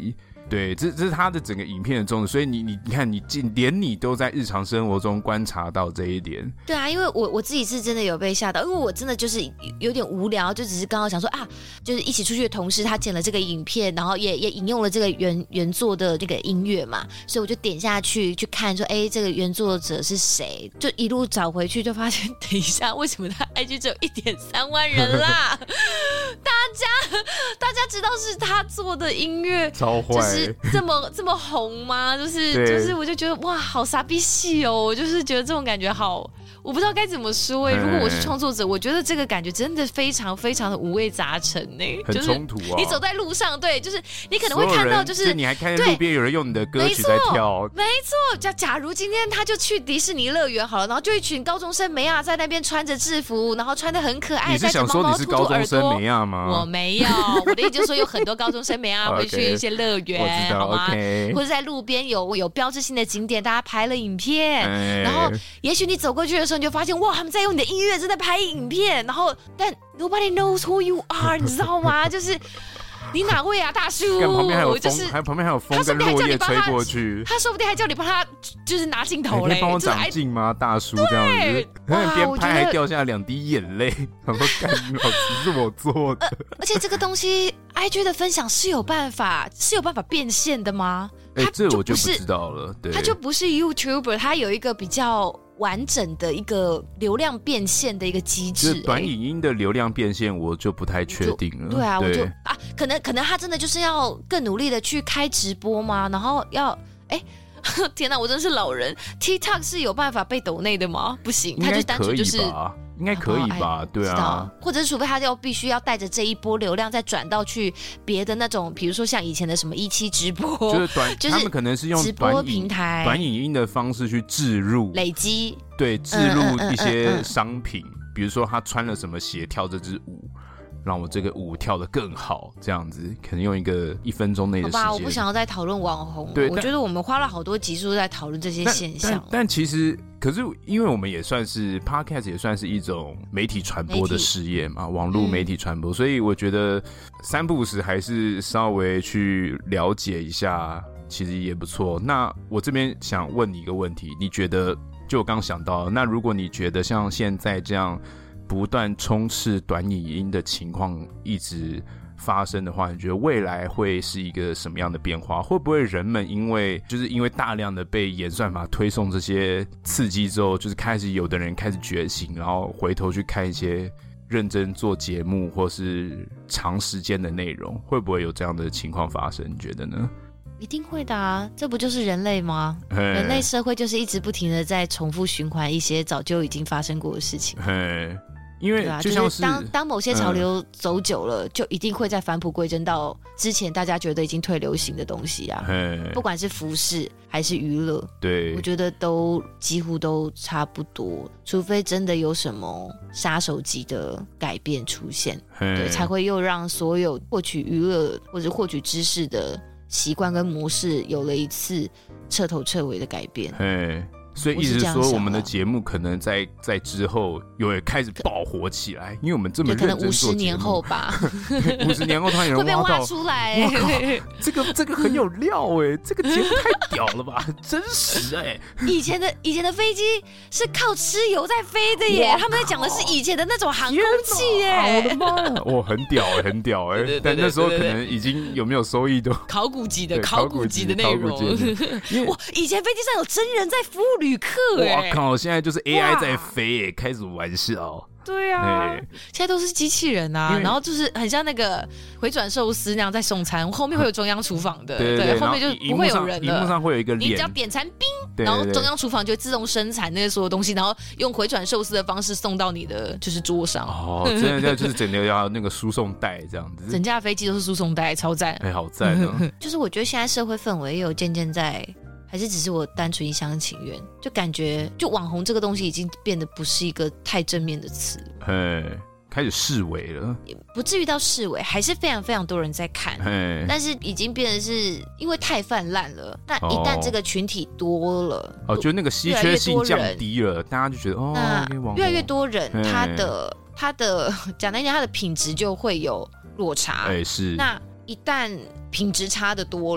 Speaker 2: 对，这这是他的整个影片的宗旨，所以你你你看，你连你都在日常生活中观察到这一点。
Speaker 1: 对啊，因为我我自己是真的有被吓到，因为我真的就是有点无聊，就只是刚刚想说啊，就是一起出去的同事他剪了这个影片，然后也也引用了这个原原作的这个音乐嘛，所以我就点下去去看说，哎，这个原作者是谁？就一路找回去，就发现等一下，为什么他 I G 只有一点三万人啦？大家大家知道是他做的音乐，
Speaker 2: 超坏，
Speaker 1: 就是这么这么红吗？就是就是，我就觉得哇，好傻逼戏哦！我就是觉得这种感觉好。我不知道该怎么说哎、欸，如果我是创作者，我觉得这个感觉真的非常非常的五味杂陈哎、欸，
Speaker 2: 很冲突啊！
Speaker 1: 你走在路上，对，就是你可能会看到，就是
Speaker 2: 就你还看见路边有人用你的歌曲在跳，
Speaker 1: 没错。假假如今天他就去迪士尼乐园好了，然后就一群高中生妹啊在那边穿着制服，然后穿得很可爱，
Speaker 2: 你是想说你是高中生妹啊吗？
Speaker 1: 我没有，我的意思就是说有很多高中生妹啊会去一些乐园，好吗？
Speaker 2: Okay.
Speaker 1: 或者在路边有有标志性的景点，大家拍了影片，欸、然后也许你走过去的时候，你就发现哇，他们在用你的音乐正在拍影片，然后但 nobody knows who you are， 你知道吗？就是你哪位啊，大叔？
Speaker 2: 旁边还有风，
Speaker 1: 就是
Speaker 2: 还旁边还有风跟落叶吹过去，
Speaker 1: 他说不定还叫你帮他就是拿镜头嘞，
Speaker 2: 你可以帮我长镜吗，大叔？这样子，边拍还掉下两滴眼泪，想说干，老师是我做的、呃。
Speaker 1: 而且这个东西 ，I G 的分享是有办法是有办法变现的吗？
Speaker 2: 哎、欸，这我就不知道了。对，
Speaker 1: 他就不是 YouTuber， 他有一个比较完整的一个流量变现的一个机制、欸。
Speaker 2: 短影音的流量变现，我就不太确定了。
Speaker 1: 对啊，对我就啊，可能可能他真的就是要更努力的去开直播吗？然后要哎。欸天哪，我真是老人。TikTok 是有办法被抖内的吗？不行，他就单纯就是
Speaker 2: 应该可以吧？对啊，
Speaker 1: 或者是除非他要必须要带着这一波流量再转到去别的那种，比如说像以前的什么一期直播，
Speaker 2: 就是短，就是他们可能是用
Speaker 1: 直播平台、
Speaker 2: 短影音的方式去置入
Speaker 1: 累积，
Speaker 2: 对，置入一些商品，嗯嗯嗯嗯、比如说他穿了什么鞋跳这支舞。让我这个舞跳得更好，这样子可能用一个一分钟内的时间。
Speaker 1: 好吧，我不想要再讨论网红。对，我觉得我们花了好多集数在讨论这些现象。
Speaker 2: 但, 但, 但其实，可是因为我们也算是 Podcast， 也算是一种媒体传播的事业嘛，网络媒体传播、嗯，所以我觉得三不五时还是稍微去了解一下，其实也不错。那我这边想问你一个问题，你觉得？就我刚想到，那如果你觉得像现在这样。不断充斥短影音的情况一直发生的话，你觉得未来会是一个什么样的变化？会不会人们因为就是因为大量的被演算法推送这些刺激之后，就是开始有的人开始觉醒，然后回头去看一些认真做节目或是长时间的内容，会不会有这样的情况发生？你觉得呢？
Speaker 1: 一定会的啊，这不就是人类吗？人类社会就是一直不停的在重复循环一些早就已经发生过的事情。
Speaker 2: 因为就像是、
Speaker 1: 就是、当当某些潮流走久了、嗯，就一定会再返璞归真到之前大家觉得已经退流行的东西啊。不管是服饰还是娱乐，
Speaker 2: 对，
Speaker 1: 我觉得都几乎都差不多，除非真的有什么杀手级的改变出现，对，才会又让所有获取娱乐或者获取知识的习惯跟模式有了一次彻头彻尾的改变。
Speaker 2: 所以意思是说，我们的节目可能在在之后有开始爆火起来，因为我们这么认真做节目，
Speaker 1: 可能五十年后吧，
Speaker 2: 五十年后突然有人
Speaker 1: 会被挖出来、
Speaker 2: 欸，这个这个很有料哎、欸，这个节目太屌了吧，很真实哎、
Speaker 1: 欸。以前的以前的飞机是靠吃油在飞的耶，他们在讲的是以前的那种航空器耶、欸，
Speaker 2: 我的妈呀，哇，很屌哎、欸，很屌哎、欸，但那时候可能已经有没有收益都
Speaker 1: 考古级的考古级的内容，哇，以前飞机上有真人在服务旅客哎、
Speaker 2: 欸，哇靠！现在就是 A I 在飞哎、欸，开什么玩笑？
Speaker 1: 对啊，现在都是机器人啊，然后就是很像那个回转寿司那样在送餐，后面会有中央厨房的，
Speaker 2: 对, 对, 对，
Speaker 1: 后面就不会有人了。
Speaker 2: 荧幕上会有一个脸，
Speaker 1: 你只要点餐，冰，然后中央厨房就会自动生产那些所有东西，然后用回转寿司的方式送到你的就是桌上。
Speaker 2: 哦，真的就是整个要那个输送带这样子，
Speaker 1: 整架飞机都是输送带，超赞，
Speaker 2: 哎、欸，好赞哦！
Speaker 1: 就是我觉得现在社会氛围也有渐渐在。还是只是我单纯一厢情愿，就感觉就网红这个东西已经变得不是一个太正面的词了，
Speaker 2: 开始式微了，
Speaker 1: 也不至于到式微，还是非常非常多人在看，但是已经变得是因为太泛滥了。那一旦这个群体多了，
Speaker 2: 哦，就那个稀缺性降低了，大家就觉得哦，
Speaker 1: 那越来越多人，他的他的讲难听，他的品质就会有落差，
Speaker 2: 哎，是。
Speaker 1: 那一旦品质差的多了。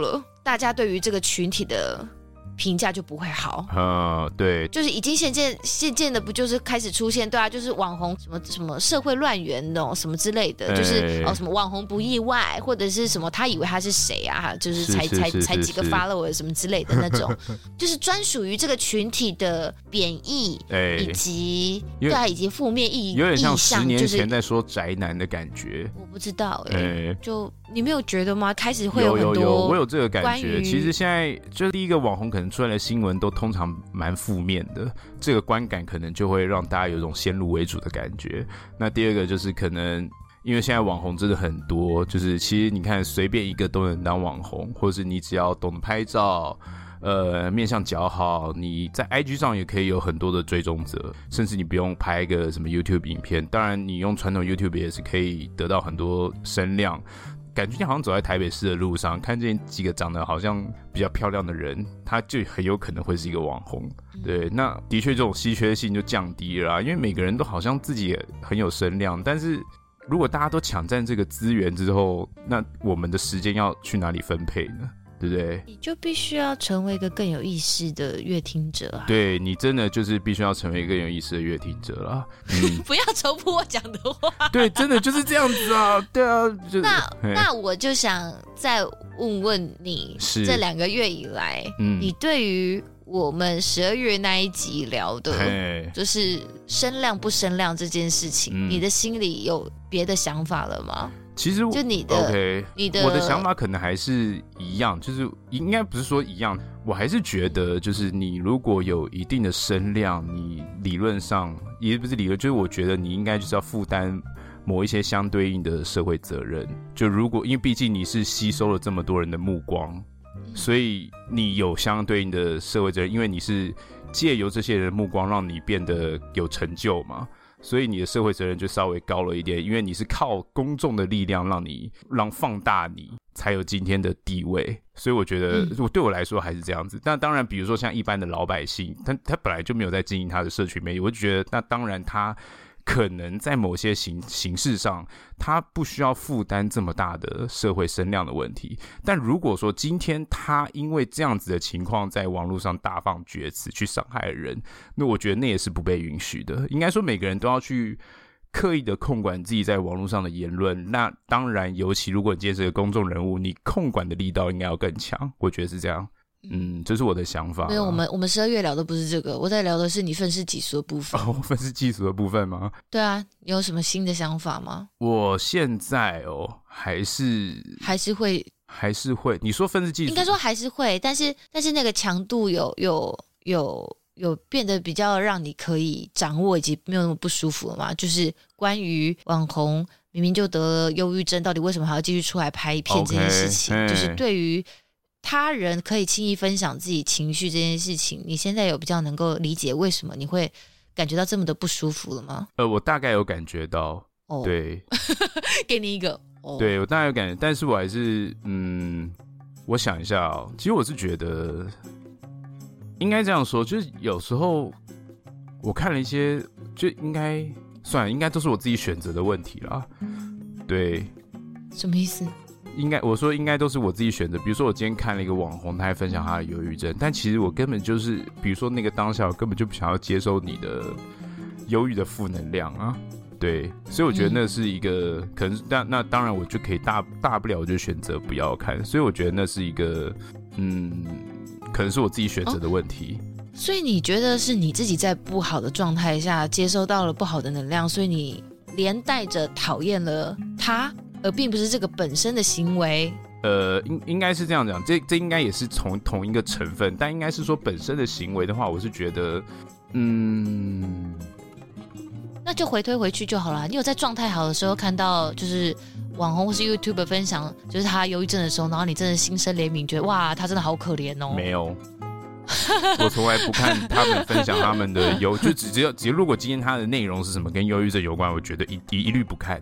Speaker 1: 大家对于这个群体的评价就不会好。
Speaker 2: 呃，对，
Speaker 1: 就是已经渐渐渐渐的，不就是开始出现，对啊，就是网红什么什么社会乱源那种什么之类的，欸、就是哦什么网红不意外，或者是什么他以为他是谁啊，就是才才才几个 follower 什么之类的那种，就是专属于这个群体的贬义，欸、以及对啊以及负面意义，
Speaker 2: 有点像十年前在说宅男的感觉。
Speaker 1: 我不知道哎、欸，欸、就你没有觉得吗？开始会
Speaker 2: 有
Speaker 1: 很多
Speaker 2: 有有，我有这个感觉。其实现在就是第一个网红可能出来的新闻都通常蛮负面的，这个观感可能就会让大家有一种先入为主的感觉。那第二个就是可能因为现在网红真的很多，就是其实你看随便一个都能当网红，或者是你只要懂得拍照，呃，面相姣好，你在 I G 上也可以有很多的追踪者，甚至你不用拍一个什么 YouTube 影片，当然你用传统 YouTube 也是可以得到很多声量。感觉你好像走在台北市的路上，看见几个长得好像比较漂亮的人，他就很有可能会是一个网红。对，那的确这种稀缺性就降低了啊，因为每个人都好像自己也很有声量，但是如果大家都抢占这个资源之后，那我们的时间要去哪里分配呢？对不对？
Speaker 1: 你就必须要成为一个更有意识的乐听者啊！
Speaker 2: 对，你真的就是必须要成为一个更有意识的乐听者了。嗯、
Speaker 1: 不要重复我讲的话。
Speaker 2: 对，真的就是这样子啊！对啊，就
Speaker 1: 那那我就想再问问你，这两个月以来，嗯、你对于我们十二月那一集聊的，就是声量不声量这件事情，嗯、你的心里有别的想法了吗？
Speaker 2: 其实
Speaker 1: 就你的
Speaker 2: OK，
Speaker 1: 你的
Speaker 2: 我的想法可能还是一样，就是应该不是说一样，我还是觉得就是你如果有一定的声量，你理论上也不是理论，就是我觉得你应该就是要负担某一些相对应的社会责任。就如果因为毕竟你是吸收了这么多人的目光，所以你有相对应的社会责任，因为你是借由这些人的目光让你变得有成就嘛。所以你的社会责任就稍微高了一点，因为你是靠公众的力量让你让放大你才有今天的地位，所以我觉得对我来说还是这样子。但当然比如说像一般的老百姓，他他本来就没有在经营他的社群媒体，我就觉得那当然他可能在某些形形式上他不需要负担这么大的社会声量的问题。但如果说今天他因为这样子的情况在网络上大放厥词去伤害人，那我觉得那也是不被允许的。应该说每个人都要去刻意的控管自己在网络上的言论，那当然尤其如果你今天是个公众人物，你控管的力道应该要更强，我觉得是这样。嗯，这是我的想法。
Speaker 1: 没有，我们我们十二月聊的不是这个，我在聊的是你愤世嫉俗的部分。
Speaker 2: 哦，愤世嫉俗的部分吗？
Speaker 1: 对啊，你有什么新的想法吗？
Speaker 2: 我现在哦，还是
Speaker 1: 还是会
Speaker 2: 还是会。你说愤世嫉俗，
Speaker 1: 应该说还是会，但是但是那个强度有有有有变得比较让你可以掌握，以及没有那么不舒服了嘛？就是关于网红明明就得了忧郁症，到底为什么还要继续出来拍片这件事情， okay, 就是对于他人可以轻易分享自己情绪这件事情，你现在有比较能够理解为什么你会感觉到这么的不舒服了吗？
Speaker 2: 呃，我大概有感觉到，哦、对，
Speaker 1: 给你一个，哦、
Speaker 2: 对我大概有感觉，但是我还是，嗯，我想一下哦，其实我是觉得应该这样说，就是有时候我看了一些，就应该算了，应该都是我自己选择的问题啦，对，
Speaker 1: 什么意思？
Speaker 2: 应该我说应该都是我自己选择，比如说我今天看了一个网红，他还分享他的忧郁症，但其实我根本就是，比如说那个当下，我根本就不想要接收你的忧郁的负能量啊，对，所以我觉得那是一个、嗯、可能，那那当然我就可以大大不了我就选择不要看，所以我觉得那是一个，嗯，可能是我自己选择的问题。哦，
Speaker 1: 所以你觉得是你自己在不好的状态下接收到了不好的能量，所以你连带着讨厌了他？而并不是这个本身的行为，
Speaker 2: 呃，应应该是这样讲，这这应该也是从同一个成分，但应该是说本身的行为的话，我是觉得，嗯，
Speaker 1: 那就回推回去就好了。你有在状态好的时候看到，就是网红或是 YouTuber 分享，就是他忧郁症的时候，然后你真的心生怜悯，觉得哇，他真的好可怜哦。
Speaker 2: 没有。我从来不看他们分享他们的忧，就只有只如果今天他的内容是什么跟忧郁症有关，我觉得一一一律不看。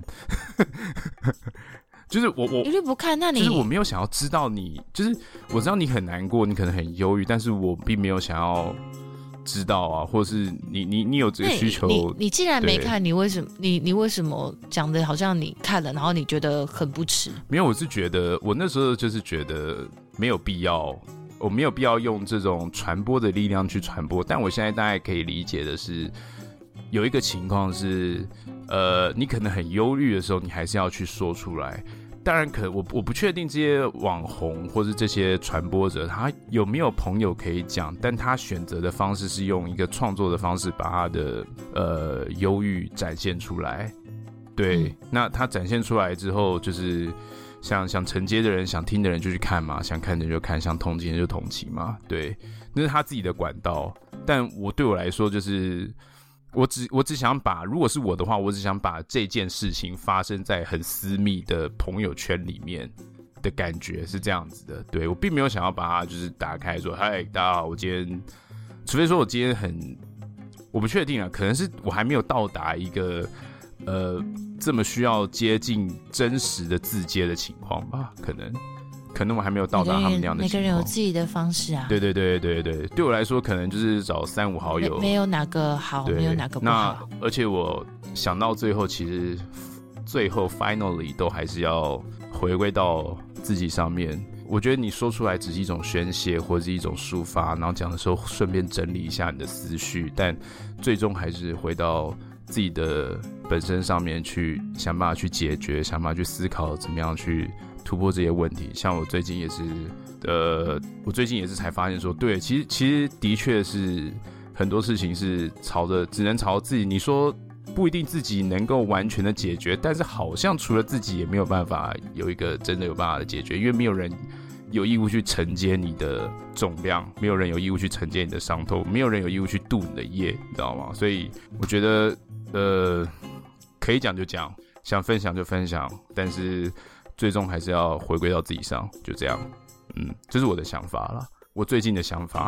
Speaker 2: 就是我我
Speaker 1: 一律不看，那你
Speaker 2: 就是我没有想要知道你，就是我知道你很难过，你可能很忧郁，但是我并没有想要知道啊，或是你你你有这个需求，
Speaker 1: 你 你, 你既然没看，你为什么你你为什么讲的好像你看了，然后你觉得很不耻？
Speaker 2: 没有，我是觉得我那时候就是觉得没有必要，我没有必要用这种传播的力量去传播。但我现在大概可以理解的是，有一个情况是，呃，你可能很忧虑的时候，你还是要去说出来。当然可，我我不确定这些网红或是这些传播者他有没有朋友可以讲，但他选择的方式是用一个创作的方式把他的呃忧郁展现出来。对、嗯，那他展现出来之后，就是想想承接的人、想听的人就去看嘛，想看的人就看，想同情的就同情嘛。对，那是他自己的管道。但我对我来说，就是我只我只想把，如果是我的话，我只想把这件事情发生在很私密的朋友圈里面的感觉是这样子的。对，我并没有想要把它就是打开说，嗨，大家好，我今天，除非说我今天很，我不确定啊，可能是我还没有到达一个呃这么需要接近真实的自介的情况吧，可能。可能我还没有到达他们那样的情况。每个人有
Speaker 1: 自己的方式啊。
Speaker 2: 对对对对对，对我来说可能就是找三五好友，
Speaker 1: 没, 没有哪个好，没有哪个不好。
Speaker 2: 那而且我想到最后，其实最后 finally 都还是要回归到自己上面。我觉得你说出来只是一种宣泄或者是一种抒发，然后讲的时候顺便整理一下你的思绪，但最终还是回到自己的本身上面去想办法去解决，想办法去思考怎么样去突破这些问题。像我最近也是，呃，我最近也是才发现说，对，其实其实的确是很多事情是朝着只能朝自己，你说不一定自己能够完全的解决，但是好像除了自己也没有办法有一个真的有办法的解决，因为没有人有义务去承接你的重量，没有人有义务去承接你的伤痛，没有人有义务去渡你的夜，你知道吗？所以我觉得，呃，可以讲就讲，想分享就分享，但是最终还是要回归到自己上，就这样。嗯，这是我的想法啦，我最近的想法。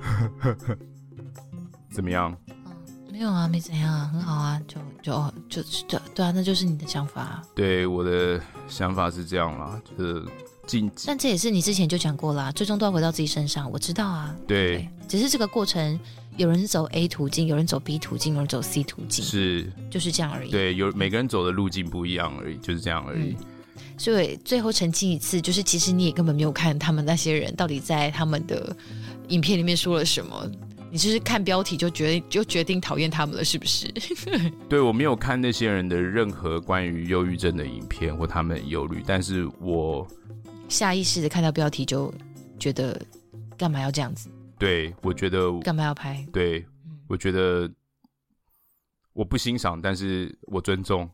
Speaker 2: 怎么样？
Speaker 1: 没有啊，没怎样啊，很好啊，就就就就对啊，那就是你的想法啊。
Speaker 2: 对，我的想法是这样啦，就是进。
Speaker 1: 但这也是你之前就讲过啦，最终都要回到自己身上，我知道啊。
Speaker 2: 对，
Speaker 1: 对，只是这个过程，有人走 A 途径，有人走 B 途径，有人走 C 途径，
Speaker 2: 是，
Speaker 1: 就是这样而已。
Speaker 2: 对，有每个人走的路径不一样而已，就是这样而已。嗯，
Speaker 1: 所以最后澄清一次，就是其实你也根本没有看他们那些人到底在他们的影片里面说了什么。你就是看标题就决就决定讨厌他们了，是不是？
Speaker 2: 对，我没有看那些人的任何关于忧郁症的影片或他们忧虑，但是我
Speaker 1: 下意识的看到标题就觉得干嘛要这样子？
Speaker 2: 对，我觉得
Speaker 1: 干嘛要拍？
Speaker 2: 对，嗯，我觉得我不欣赏，但是我尊重。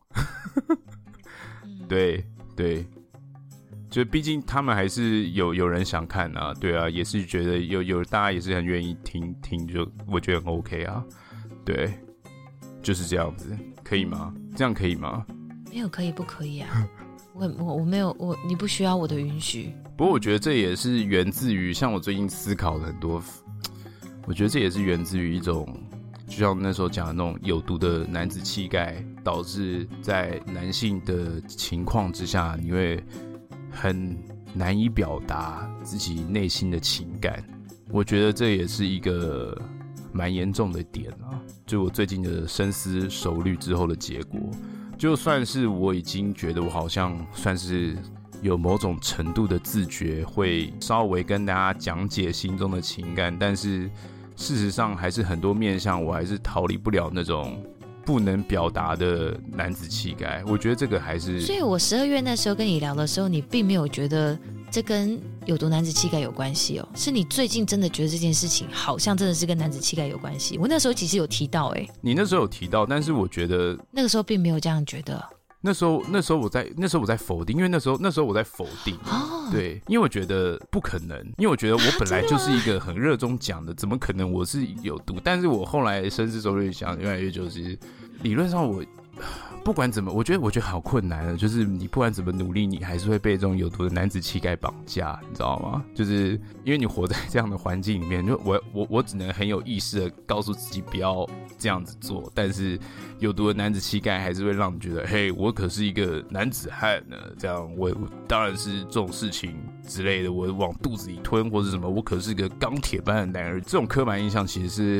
Speaker 2: 对对。就毕竟他们还是有有人想看啊，对啊，也是觉得有有大家也是很愿意听听，就我觉得很 OK 啊，对，就是这样子，可以吗？这样可以吗？
Speaker 1: 没有可以不可以啊？我我我没有我你不需要我的允许。
Speaker 2: 不过我觉得这也是源自于像我最近思考的很多，我觉得这也是源自于一种，就像那时候讲的那种有毒的男子气概，导致在男性的情况之下，你会很难以表达自己内心的情感，我觉得这也是一个蛮严重的点啊。就我最近的深思熟虑之后的结果，就算是我已经觉得我好像算是有某种程度的自觉，会稍微跟大家讲解心中的情感，但是事实上还是很多面向，我还是逃离不了那种不能表达的男子气概，我觉得这个还是。
Speaker 1: 所以我十二月那时候跟你聊的时候，你并没有觉得这跟有毒男子气概有关系哦，是你最近真的觉得这件事情好像真的是跟男子气概有关系。我那时候其实有提到，哎，
Speaker 2: 你那时候有提到，但是我觉得
Speaker 1: 那个时候并没有这样觉得。
Speaker 2: 那时候，那时候我在，那时候我在否定，因为那时候，那时候我在否定，哦，对，因为我觉得不可能，因为我觉得我本来就是一个很热衷讲的，怎么可能我是有毒？但是我后来深思熟虑想，越来越就是理论上我不管怎么，我觉得我觉得好困难了，就是你不管怎么努力，你还是会被这种有毒的男子气概绑架，你知道吗？就是因为你活在这样的环境里面，就我我我只能很有意识的告诉自己不要这样子做，但是有毒的男子气概还是会让你觉得，嘿，我可是一个男子汉呢，这样我, 我当然是这种事情之类的，我往肚子里吞或者什么，我可是个钢铁般的男儿，这种刻板印象其实是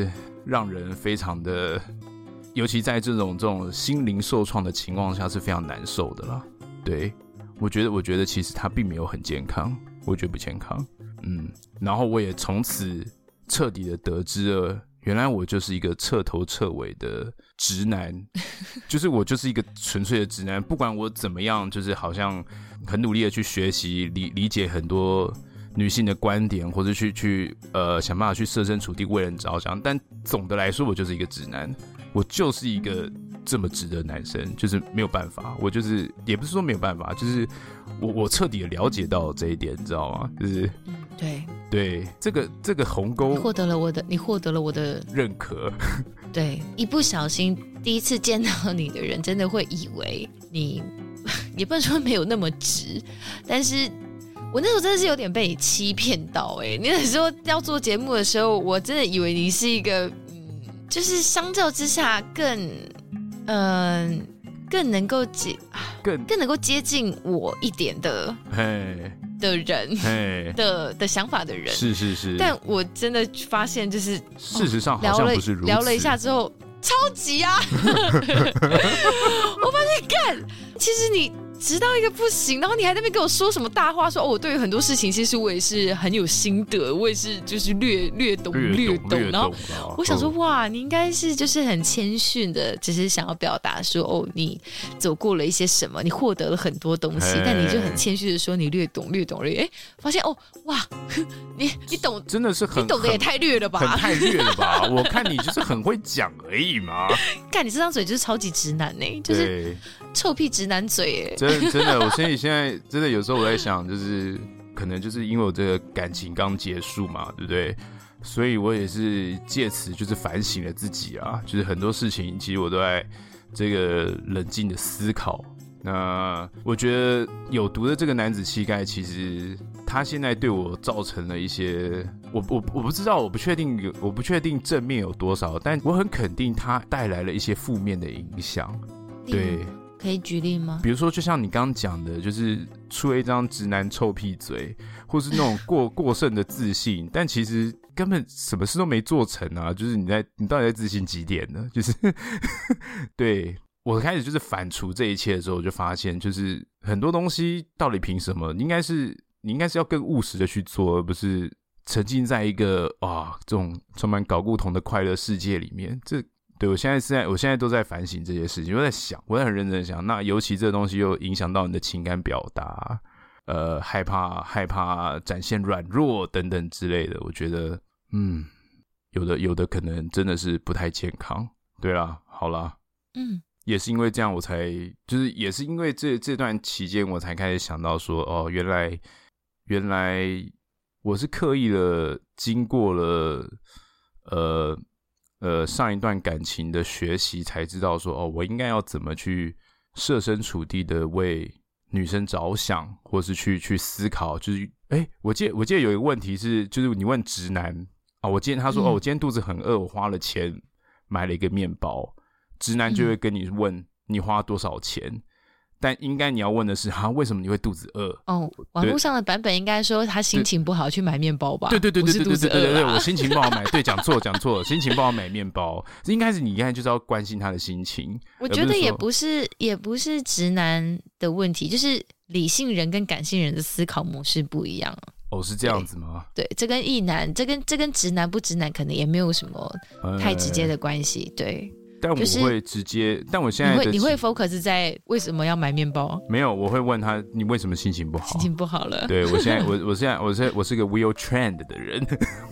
Speaker 2: 让人非常的，尤其在这种这种心灵受创的情况下是非常难受的啦。对，我觉得我觉得其实他并没有很健康，我觉得不健康。嗯，然后我也从此彻底的得知了，原来我就是一个彻头彻尾的直男，就是我就是一个纯粹的直男，不管我怎么样，就是好像很努力的去学习理理解很多女性的观点，或者去去呃想办法去设身处地为人着想，但总的来说，我就是一个直男，我就是一个这么直的男生，就是没有办法，我就是也不是说没有办法，就是我我彻底的了解到这一点，你知道吗？就是。
Speaker 1: 对
Speaker 2: 对，这个这个鸿沟，
Speaker 1: 你获得了我的，你获得了我的
Speaker 2: 认可。
Speaker 1: 对，一不小心，第一次见到你的人，真的会以为你，也不能说没有那么直，但是我那时候真的是有点被你欺骗到、欸。哎，你那时候要做节目的时候，我真的以为你是一个，嗯，就是相较之下更，嗯、呃，更能够接，更更能够接近我一点的。
Speaker 2: 嘿。
Speaker 1: 的人的的想法的人
Speaker 2: 是是是，
Speaker 1: 但我真的发现就是
Speaker 2: 事实上好像不是如此。
Speaker 1: 聊了一下之后，超级啊！我发现干，其实你直到一个不行，然后你还在那边跟我说什么大话，说哦，我对于很多事情其实我也是很有心得，我也是就是略略懂略懂，然后我想说哇，你应该是就是很谦逊的，只是想要表达说哦，你走过了一些什么，你获得了很多东西，但你就很谦虚的说你略懂略懂略，哎，发现哦哇，你你懂
Speaker 2: 真的是很
Speaker 1: 你懂得也太略了吧，
Speaker 2: 很太略了吧？我看你就是很会讲而已嘛。
Speaker 1: 看你这张嘴就是超级直男呢、欸，就是臭屁直男嘴哎、欸。
Speaker 2: 真的，我心里现在真的有时候我在想，就是可能就是因为我这个感情刚结束嘛，对不对？所以我也是借此就是反省了自己啊，就是很多事情其实我都在这个冷静的思考。那我觉得有毒的这个男子气概，其实他现在对我造成了一些，我我我不知道，我不确定有，我不确定正面有多少，但我很肯定他带来了一些负面的影响，对。
Speaker 1: 可以举例吗？
Speaker 2: 比如说，就像你刚刚讲的，就是出了一张直男臭屁嘴，或是那种过过剩的自信，但其实根本什么事都没做成啊！就是你在，你到底在自信几点呢？就是对我开始就是反刍这一切的时候，我就发现，就是很多东西到底凭什么？你应该是你应该是要更务实的去做，而不是沉浸在一个啊这种充满睾固酮的快乐世界里面。这对，我现在是在，我现在都在反省这些事情，我在想，我在很认真的想，那尤其这个东西又影响到你的情感表达，呃，害怕害怕展现软弱等等之类的，我觉得，嗯，有的有的可能真的是不太健康。对啦，好啦，
Speaker 1: 嗯，
Speaker 2: 也是因为这样，我才就是也是因为这这段期间，我才开始想到说，哦，原来原来我是刻意的经过了，呃。呃，上一段感情的学习才知道说，哦，我应该要怎么去设身处地的为女生着想，或是去去思考。就是，哎，我记得我记得有一个问题是，就是你问直男啊，我今天他说、嗯、哦，我今天肚子很饿，我花了钱买了一个面包，直男就会跟你问、嗯、你花多少钱。但应该你要问的是，哈，为什么你会肚子饿？哦，
Speaker 1: 网络上的版本应该说他心情不好去买面包吧？
Speaker 2: 对对对对对对对对对，我心情不好买，对，讲错讲错，心情不好买面包，应该是你应该就是要关心他的心情。
Speaker 1: 我觉得也不是也不是直男的问题，就是理性人跟感性人的思考模式不一样。
Speaker 2: 哦，是这样子吗？
Speaker 1: 对，对，这跟异男，这跟这跟直男不直男可能也没有什么太直接的关系，对。
Speaker 2: 但我会直接，就是、但我现在的
Speaker 1: 你会你会 focus 在为什么要买面包？
Speaker 2: 没有，我会问他你为什么心情不好？
Speaker 1: 心情不好了。
Speaker 2: 对，我现在我我现在我是我是个 will trend 的人，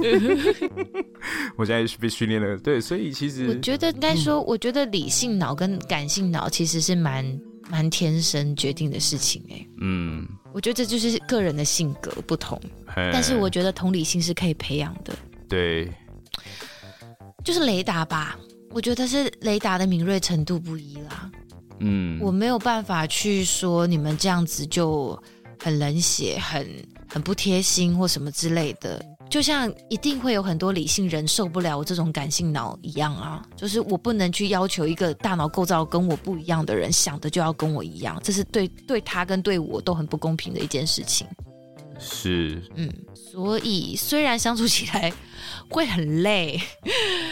Speaker 2: 我现在被训练了。对，所以其实
Speaker 1: 我觉得应该说，嗯、我觉得理性脑跟感性脑其实是蛮蛮天生决定的事情哎、欸。嗯，我觉得这就是个人的性格不同，但是我觉得同理心是可以培养的。
Speaker 2: 对，
Speaker 1: 就是雷达吧。我觉得是雷达的敏锐程度不一啦，嗯，我没有办法去说你们这样子就很冷血、很很不贴心或什么之类的，就像一定会有很多理性人受不了我这种感性脑一样啊，就是我不能去要求一个大脑构造跟我不一样的人想的就要跟我一样，这是对对他跟对我都很不公平的一件事情。
Speaker 2: 是，
Speaker 1: 嗯，所以虽然相处起来会很累。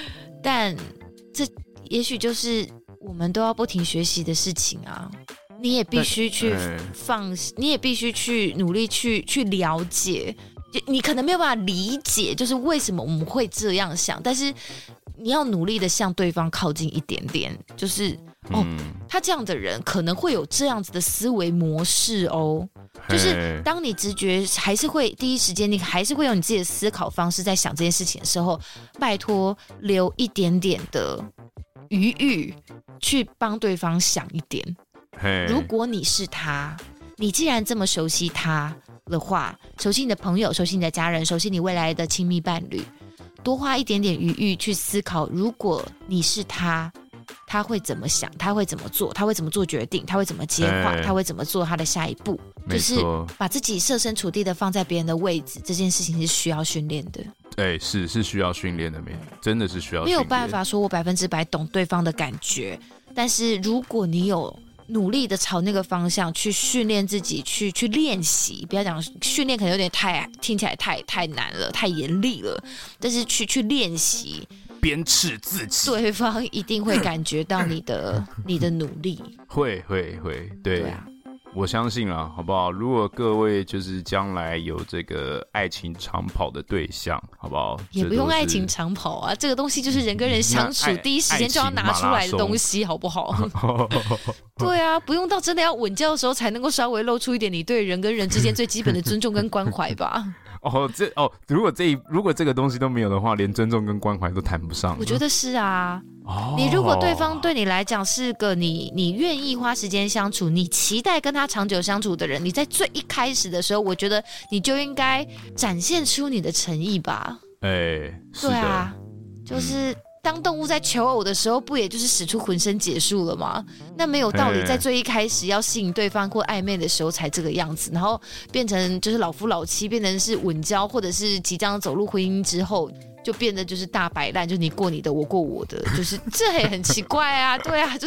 Speaker 1: 但这也许就是我们都要不停学习的事情啊。你也必须去放，你也必须去努力去去了解。你可能没有办法理解，就是为什么我们会这样想，但是你要努力的向对方靠近一点点，就是哦，他这样的人可能会有这样子的思维模式哦。就是当你直觉还是会第一时间，你还是会用你自己的思考方式在想这件事情的时候，拜托留一点点的余裕去帮对方想一点。如果你是他，你既然这么熟悉他的话，熟悉你的朋友，熟悉你的家人，熟悉你未来的亲密伴侣，多花一点点余裕去思考，如果你是他，他会怎么想，他会怎么做，他会怎么做决定，他会怎么接话，他会怎么做他的下一步，就是把自己设身处地的放在别人的位置，这件事情是需要训练的。
Speaker 2: 对，是是需要训练的，真的是需要训练。
Speaker 1: 没有办法说我百分之百懂对方的感觉，但是如果你有努力的朝那个方向去训练自己，去去练习，不要讲训练可能有点太听起来太太难了，太严厉了，但是去去练习，
Speaker 2: 鞭笞自己，
Speaker 1: 对方一定会感觉到你的你的努力，
Speaker 2: 会会会，对。对啊，我相信啦，好不好？如果各位就是将来有这个爱情长跑的对象，好不好？
Speaker 1: 也不用爱情长跑啊，这个东西就是人跟人相处第一时间就要拿出来的东西，好不好？对啊，不用到真的要稳交的时候才能够稍微露出一点你对人跟人之间最基本的尊重跟关怀吧。
Speaker 2: 哦，这哦，如果这如果这个东西都没有的话，连尊重跟关怀都谈不上。
Speaker 1: 我觉得是啊。哦，你如果对方对你来讲是个你你愿意花时间相处，你期待跟他长久相处的人，你在最一开始的时候，我觉得你就应该展现出你的诚意吧。
Speaker 2: 哎、欸，
Speaker 1: 对啊，就是当动物在求偶的时候，不也就是使出浑身解数了吗？那没有道理在最一开始要吸引对方或暧昧的时候才这个样子，然后变成就是老夫老妻，变成是稳交，或者是即将走入婚姻之后，就变得就是大摆烂，就你过你的，我过我的，就是这也很奇怪啊。对啊，就是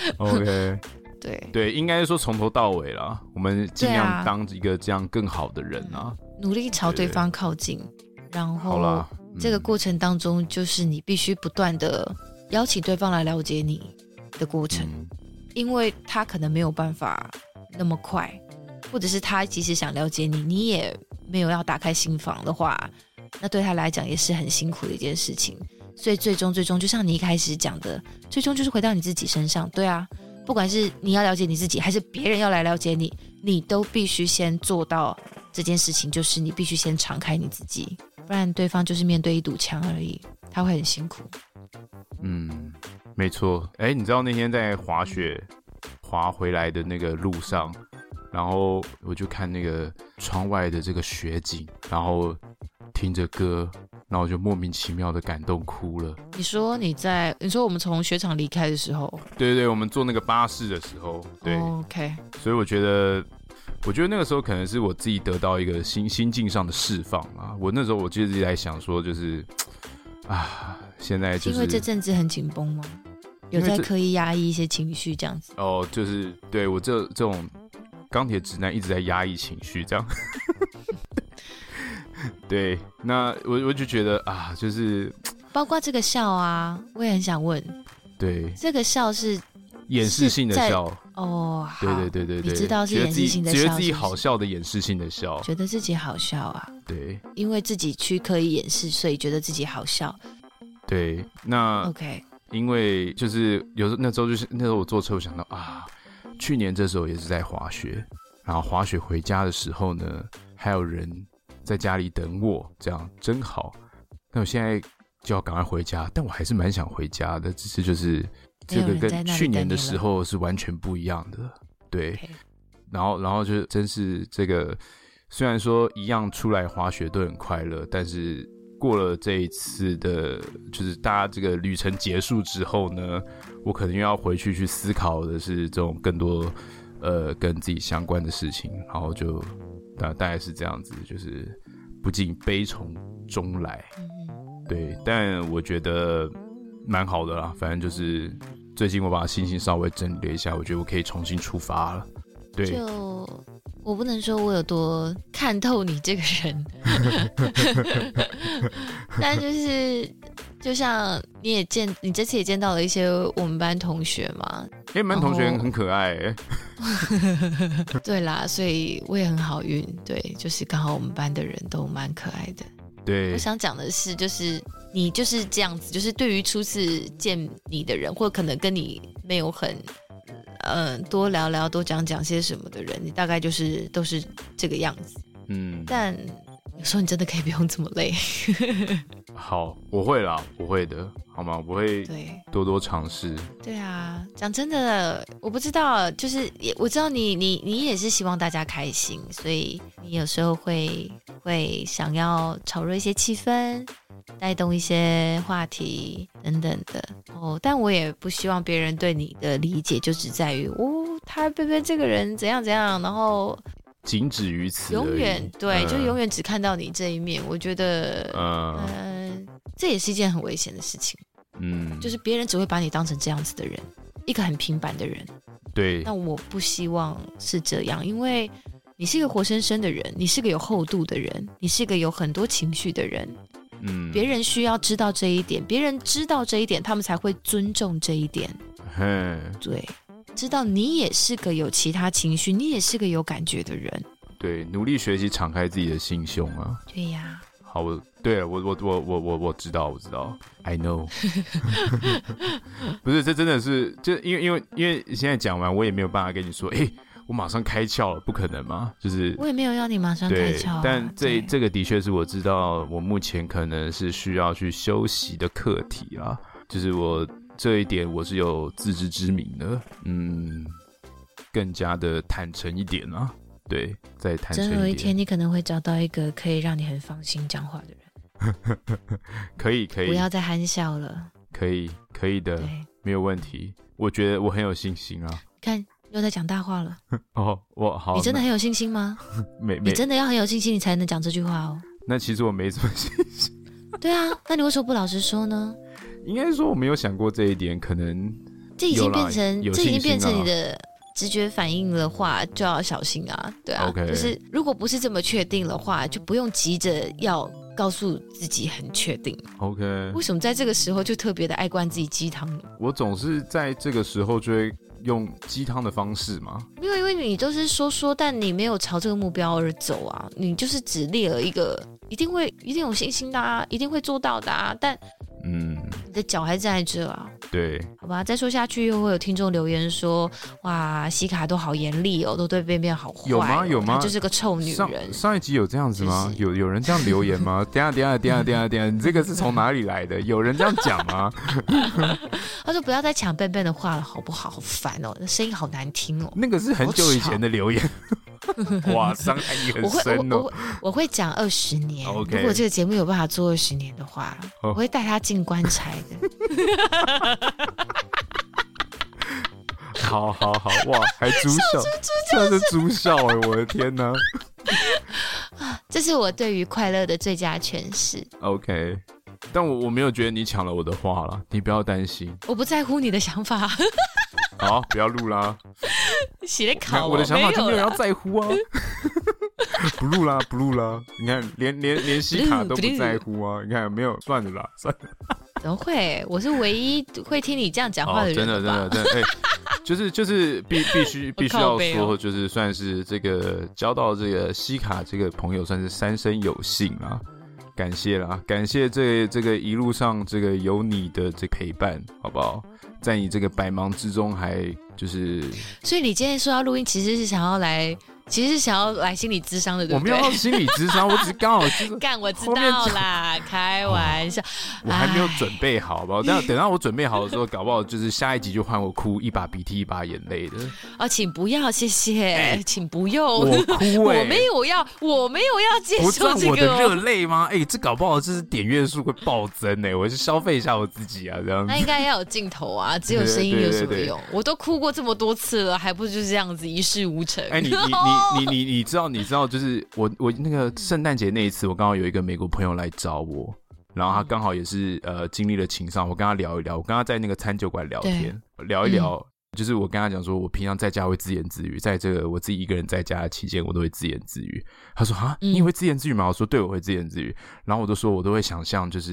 Speaker 2: OK。
Speaker 1: 对
Speaker 2: 对，应该说从头到尾啦，我们尽量当一个这样更好的人啊，
Speaker 1: 努力朝对方靠近，然后这个过程当中，就是你必须不断的邀请对方来了解你的过程，嗯、因为他可能没有办法那么快，或者是他即使想了解你，你也没有要打开心房的话，那对他来讲也是很辛苦的一件事情。所以最终最终就像你一开始讲的，最终就是回到你自己身上。对啊，不管是你要了解你自己，还是别人要来了解你，你都必须先做到这件事情，就是你必须先敞开你自己，不然对方就是面对一堵墙而已，他会很辛苦。
Speaker 2: 嗯，没错。哎，你知道那天在滑雪滑回来的那个路上，然后我就看那个窗外的这个雪景，然后听着歌，然后我就莫名其妙的感动哭了。
Speaker 1: 你说你在，你说我们从雪场离开的时候，
Speaker 2: 对对对，我们坐那个巴士的时候，对、
Speaker 1: oh, ，OK。
Speaker 2: 所以我觉得，我觉得那个时候可能是我自己得到一个心心境上的释放啊。我那时候我就一直在想说，就是啊，现在就是
Speaker 1: 因为这阵子很紧绷吗？有在刻意压抑一些情绪这样子？
Speaker 2: 哦，就是对我这这种钢铁直男一直在压抑情绪这样。对，那我我就觉得啊，就是
Speaker 1: 包括这个笑啊，我也很想问，
Speaker 2: 对，
Speaker 1: 这个笑是
Speaker 2: 掩饰性的笑
Speaker 1: 哦，
Speaker 2: 对对对对对，
Speaker 1: 你知道是掩饰性的笑，
Speaker 2: 觉得自己好笑的掩饰性的笑，
Speaker 1: 觉得自己好笑啊，
Speaker 2: 对，
Speaker 1: 因为自己去刻意掩饰，所以觉得自己好笑。
Speaker 2: 对，那
Speaker 1: OK，
Speaker 2: 因为就是有时候那时候就是那时候我坐车，我想到啊，去年这时候也是在滑雪，然后滑雪回家的时候呢，还有人在家里等我，这样真好。那我现在就要赶快回家，但我还是蛮想回家的，只是就是这个跟去年的时候是完全不一样的。对， okay. 然后然后就真是这个，虽然说一样出来滑雪都很快乐，但是过了这一次的，就是大家这个旅程结束之后呢，我可能又要回去去思考的是这种更多呃跟自己相关的事情，然后就。大概是这样子，就是不禁悲从中来，对，但我觉得蛮好的啦。反正就是最近我把心情稍微整理了一下，我觉得我可以重新出发了。对，
Speaker 1: 就我不能说我有多看透你这个人，但就是就像你也见，你这次也见到了一些我们班同学嘛。
Speaker 2: 哎、欸，班同学很可爱哎、
Speaker 1: 欸。对啦，所以我也很好运。对，就是刚好我们班的人都蛮可爱的。
Speaker 2: 对，
Speaker 1: 我想讲的是，就是你就是这样子，就是对于初次见你的人，或可能跟你没有很嗯多聊聊、多讲讲些什么的人，你大概就是都是这个样子。嗯，但有时候你真的可以不用这么累。
Speaker 2: 好，我会啦，我会的，好吗？我会多多尝试。
Speaker 1: 对啊，讲真的，我不知道，就是也我知道你你你也是希望大家开心，所以你有时候会会想要炒热一些气氛，带动一些话题等等的哦。但我也不希望别人对你的理解就只在于哦，他贝贝这个人怎样怎样，然后。
Speaker 2: 仅止于此而已，
Speaker 1: 永远对、嗯，就永远只看到你这一面。我觉得，嗯、呃，这也是一件很危险的事情。嗯，就是别人只会把你当成这样子的人，一个很平板的人。
Speaker 2: 对，
Speaker 1: 那我不希望是这样，因为你是一个活生生的人，你是个有厚度的人，你是个有很多情绪的人。嗯，别人需要知道这一点，别人知道这一点，他们才会尊重这一点。嗯，对。知道你也是个有其他情绪，你也是个有感觉的人。
Speaker 2: 对，努力学习，敞开自己的心胸啊。
Speaker 1: 对呀。
Speaker 2: 好，我对了，我我我我我我知道，我知道 ，I know 。不是，这真的是，就因为因为因为现在讲完，我也没有办法跟你说，哎、欸，我马上开窍了，不可能嘛。就是
Speaker 1: 我也没有要你马上开窍、啊，
Speaker 2: 但这这个的确是我知道，我目前可能是需要去修习的课题啊，就是我。这一点我是有自知之明的，嗯，更加的坦诚一点啊，对，再坦诚一点。
Speaker 1: 真有一天你可能会找到一个可以让你很放心讲话的人。
Speaker 2: 可以可以，
Speaker 1: 不要再憨笑了。
Speaker 2: 可以可以的，没有问题。我觉得我很有信心啊。
Speaker 1: 看又在讲大话了。
Speaker 2: 哦，我好。
Speaker 1: 你真的很有信心吗？
Speaker 2: 没，
Speaker 1: 你真的要很有信心，你才能讲这句话哦。
Speaker 2: 那其实我没什么信心。
Speaker 1: 对啊，那你为什么不老实说呢？
Speaker 2: 应该说我没有想过这一点，可能
Speaker 1: 这已经变成、啊、这已经变成你的直觉反应的话，就要小心啊，对啊， okay. 就是如果不是这么确定的话，就不用急着要告诉自己很确定。
Speaker 2: OK，
Speaker 1: 为什么在这个时候就特别的爱灌自己鸡汤呢？
Speaker 2: 我总是在这个时候就会用鸡汤的方式嘛，
Speaker 1: 因为因为你都是说说，但你没有朝这个目标而走啊，你就是只列了一个一定会一定有信心的啊，一定会做到的啊，但。嗯，你的脚还在这啊？
Speaker 2: 对，
Speaker 1: 好吧，再说下去又会有听众留言说，哇，西卡都好严厉哦，都对便便好坏、哦，
Speaker 2: 有吗？有吗？
Speaker 1: 她就是个臭女人。
Speaker 2: 上, 上一集有这样子吗？就是、有有人这样留言吗？等一下等一下等一下等一下等一下，你这个是从哪里来的？有人这样讲吗？
Speaker 1: 他说不要再抢便便的话了，好不好？好烦哦，声音好难听哦。
Speaker 2: 那个是很久以前的留言。哇，伤害你很深哦！
Speaker 1: 我会我我我会讲二十年。
Speaker 2: Okay.
Speaker 1: 如果这个节目有办法做二十年的话， oh. 我会带他进棺材的。
Speaker 2: 好好好，哇，还猪笑，真的是猪笑哎、欸！我的天哪！
Speaker 1: 这是我对于快乐的最佳诠释。
Speaker 2: OK， 但我我没有觉得你抢了我的话啦，你不要担心。
Speaker 1: 我不在乎你的想法。
Speaker 2: 好，不要录啦。
Speaker 1: 写的考
Speaker 2: 我的想法就没有人要在乎啊。不录啦，不录啦。你看，连连连西卡都不在乎啊。你看，没有，算了啦，算了。
Speaker 1: 怎么会？我是唯一会听你这样讲话的人、哦。
Speaker 2: 真的，真的，真的，哎、欸，就是就是必必须必须要说，就是算是这个交到这个西卡这个朋友，算是三生有幸啦。感谢啦，感谢这这个一路上这个有你的这陪伴，好不好？在你这个百忙之中，还就是，
Speaker 1: 所以你今天说要录音，其实是想要来，其实是想要来心理咨商的，对不对？
Speaker 2: 我没有要心理咨商，我只是刚好就是
Speaker 1: 干，我知道啦，开玩笑、哦，
Speaker 2: 我还没有准备好，好不好？等到等到我准备好的时候，搞不好就是下一集就换我哭一把鼻涕一把眼泪的。
Speaker 1: 哦，请不要，谢谢，欸、请不用，
Speaker 2: 我哭、欸，
Speaker 1: 我没有要，我没有要接受这个、哦，
Speaker 2: 我的热泪吗？哎、欸，这搞不好就是点阅数会暴增哎、欸，我是消费一下我自己啊，这样子。
Speaker 1: 那应该要有镜头啊，只有声音有什么用？我都哭过这么多次了，还不就是这样子一事无成？
Speaker 2: 哎、欸，你你你你你你知道你知道就是我我那个圣诞节那一次，我刚好有一个美国朋友来找我，然后他刚好也是呃经历了情伤，我跟他聊一聊，我跟他在那个餐酒馆聊天，聊一聊。嗯，就是我跟他讲说，我平常在家会自言自语，在这个我自己一个人在家的期间，我都会自言自语。他说：“啊，你也会自言自语吗？”我说：“对，我会自言自语。”然后我就说，我都会想象，就是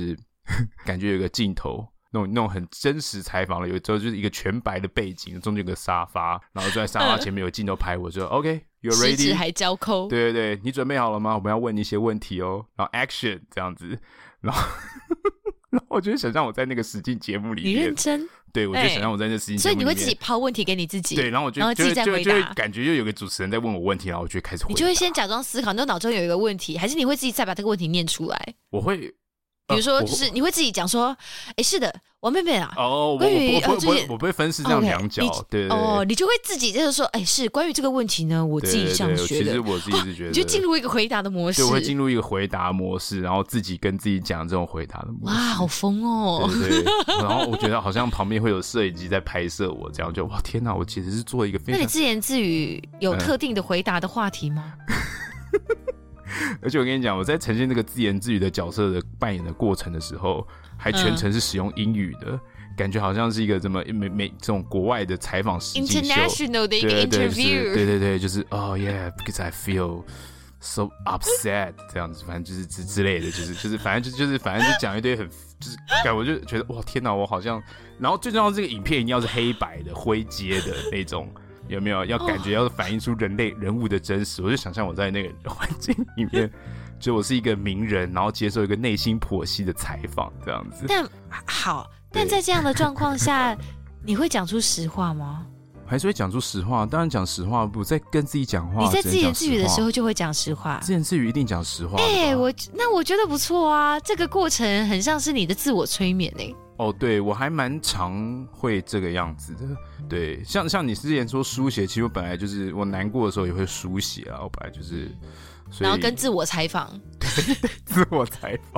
Speaker 2: 感觉有个镜头。那种那种很真实采访的，有时候就是一个全白的背景，中间有个沙发，然后就在沙发前面有镜头拍我，说 OK，you're ready，
Speaker 1: 食指还交扣，
Speaker 2: 对对对，你准备好了吗？我们要问你一些问题哦，然后 action 这样子，然后然后我就想象我在那个实境节目里面，
Speaker 1: 你认真，
Speaker 2: 对，我就想象我在那实境节目里面，
Speaker 1: 所以你会自己抛问题给你自己，
Speaker 2: 对，然后我就
Speaker 1: 然后自己再回答，
Speaker 2: 就会感觉就有个主持人在问我问题，然后我就会开始回答，
Speaker 1: 你就会先假装思考，你就脑中有一个问题，还是你会自己再把这个问题念出来？
Speaker 2: 我会。
Speaker 1: 比如说，就是你会自己讲说，哎，是的，王妹妹啊，
Speaker 2: 哦，关于我不会，我不会分饰这样两角，对对
Speaker 1: 哦，你就会自己就是说，哎，是关于这个问题呢，我自己这样学的。
Speaker 2: 其实我自己是觉得，
Speaker 1: 你就进入一个回答的模式，
Speaker 2: 对，我会进入一个回答模式，然后自己跟自己讲这种回答的模式。
Speaker 1: 哇，好疯哦！
Speaker 2: 对对，然后我觉得好像旁边会有摄影机在拍摄我，这样就哇天哪，我其实是做一个非常……
Speaker 1: 那你自言自语有特定的回答的话题吗？
Speaker 2: 而且我跟你讲，我在呈现这个自言自语的角色的扮演的过程的时候，还全程是使用英语的，嗯、感觉好像是一个怎么美美这种国外的采访实境秀
Speaker 1: ，international 的一个 interview，
Speaker 2: 对对对，就是哦、oh, yeah because I feel so upset 这样子，反正就是之之类的，就是就是反正就就是反正就讲一堆很就是感，我就觉得哇天哪，我好像，然后最重要的这个影片一定要是黑白的灰阶的那种。有没有要感觉要反映出人类人物的真实？我就想象我在那个环境里面，就我是一个名人，然后接受一个内心剖析的采访，这样子。
Speaker 1: 但好，但在这样的状况下，你会讲出实话吗？
Speaker 2: 还是会讲出实话，当然讲实话，不在跟自己讲话。
Speaker 1: 你在自言自语的时候就会讲实话，
Speaker 2: 自言自语一定讲实话。
Speaker 1: 哎、欸，我那我觉得不错啊，这个过程很像是你的自我催眠哎、欸。
Speaker 2: 哦，对，我还蛮常会这个样子的。对，像像你之前说书写，其实我本来就是我难过的时候也会书写啊，我本来就是，
Speaker 1: 然后跟自我采访，
Speaker 2: 对，自我采访，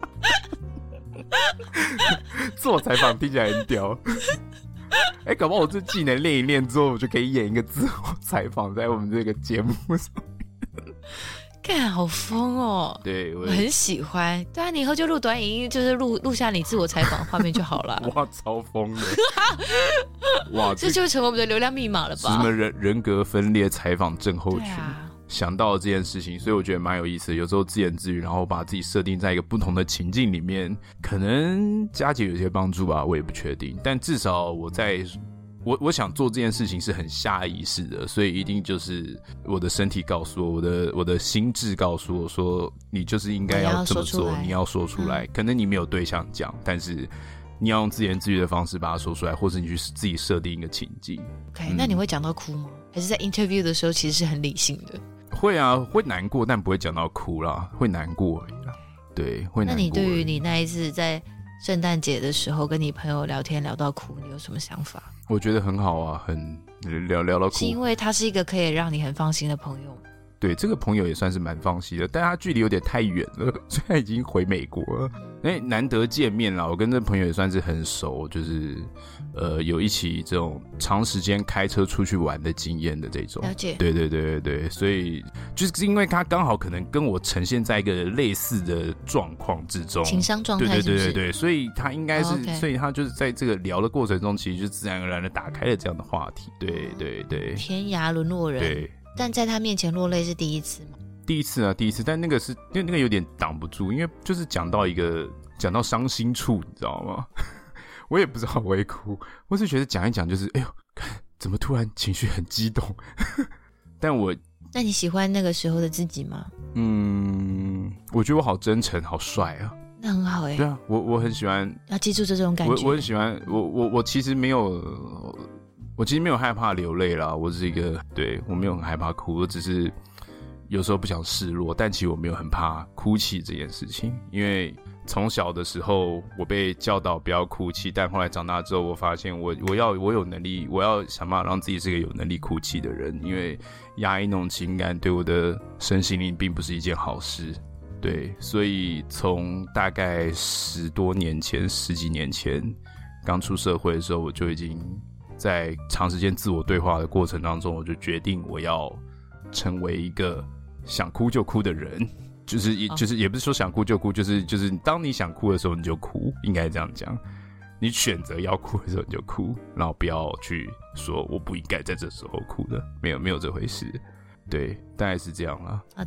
Speaker 2: 自我采访听起来很屌。哎、欸，搞不好我这技能练一练之后，我就可以演一个自我采访在我们这个节目上面。
Speaker 1: 干，好疯哦！
Speaker 2: 对，我,
Speaker 1: 我很喜欢。对啊，你以后就录短影音，就是录录下你自我采访的画面就好了。
Speaker 2: 哇，超疯的！哇，
Speaker 1: 这就成为我们的流量密码了吧？
Speaker 2: 什么人人格分裂采访症候群？
Speaker 1: 啊、
Speaker 2: 想到这件事情，所以我觉得蛮有意思的。有时候自言自语，然后把自己设定在一个不同的情境里面，可能佳姐有些帮助吧，我也不确定。但至少我在。我我想做这件事情是很下意识的，所以一定就是我的身体告诉我，我的我的心智告诉我说，你就是应该要这么做，你要说出来。嗯、可能你没有对象讲，但是你要用自言自语的方式把它说出来，或是你去自己设定一个情境。
Speaker 1: OK，、嗯、那你会讲到哭吗？还是在 interview 的时候其实是很理性的？
Speaker 2: 会啊，会难过，但不会讲到哭啦，会难过而已啦。对，会难过而已。
Speaker 1: 那你对于你那一次在圣诞节的时候跟你朋友聊天聊到哭，你有什么想法？
Speaker 2: 我觉得很好啊，很聊聊到哭，
Speaker 1: 是因为他是一个可以让你很放心的朋友。
Speaker 2: 对，这个朋友也算是蛮放心的，但他距离有点太远了，虽然已经回美国了，因为难得见面啦。我跟这朋友也算是很熟，就是呃有一起这种长时间开车出去玩的经验的这种。
Speaker 1: 了解。
Speaker 2: 对对对对对，所以就是因为他刚好可能跟我呈现在一个类似的状况之中，
Speaker 1: 情商状态是不是？
Speaker 2: 对对对对对，所以他应该是，
Speaker 1: oh, okay.
Speaker 2: 所以他就是在这个聊的过程中，其实就自然而然的打开了这样的话题。对对对，
Speaker 1: 天涯沦落人。
Speaker 2: 对。
Speaker 1: 但在他面前落泪是第一次吗？
Speaker 2: 第一次啊，第一次，但那个是因为那个有点挡不住，因为就是讲到一个讲到伤心处，你知道吗？我也不知道我会哭，我是觉得讲一讲就是，哎呦，怎么突然情绪很激动？但我，
Speaker 1: 那你喜欢那个时候的自己吗？
Speaker 2: 嗯，我觉得我好真诚，好帅啊。
Speaker 1: 那很好哎、欸。
Speaker 2: 对啊，我我很喜欢，
Speaker 1: 要记住这种感觉。
Speaker 2: 我我很喜欢，我我我其实没有。我其实没有害怕流泪啦，我是一个对我没有很害怕哭，我只是有时候不想示弱，但其实我没有很怕哭泣这件事情，因为从小的时候我被教导不要哭泣，但后来长大之后，我发现我我要我有能力，我要想办法让自己是个有能力哭泣的人，因为压抑那种情感对我的身心灵并不是一件好事。对，所以从大概十多年前、十几年前刚出社会的时候，我就已经。在长时间自我对话的过程当中，我就决定我要成为一个想哭就哭的人，就是也就是也不是说想哭就哭，就是就是当你想哭的时候你就哭，应该这样讲。你选择要哭的时候你就哭，然后不要去说我不应该在这时候哭的，没有没有这回事。对，大概是这样啦。
Speaker 1: 好的，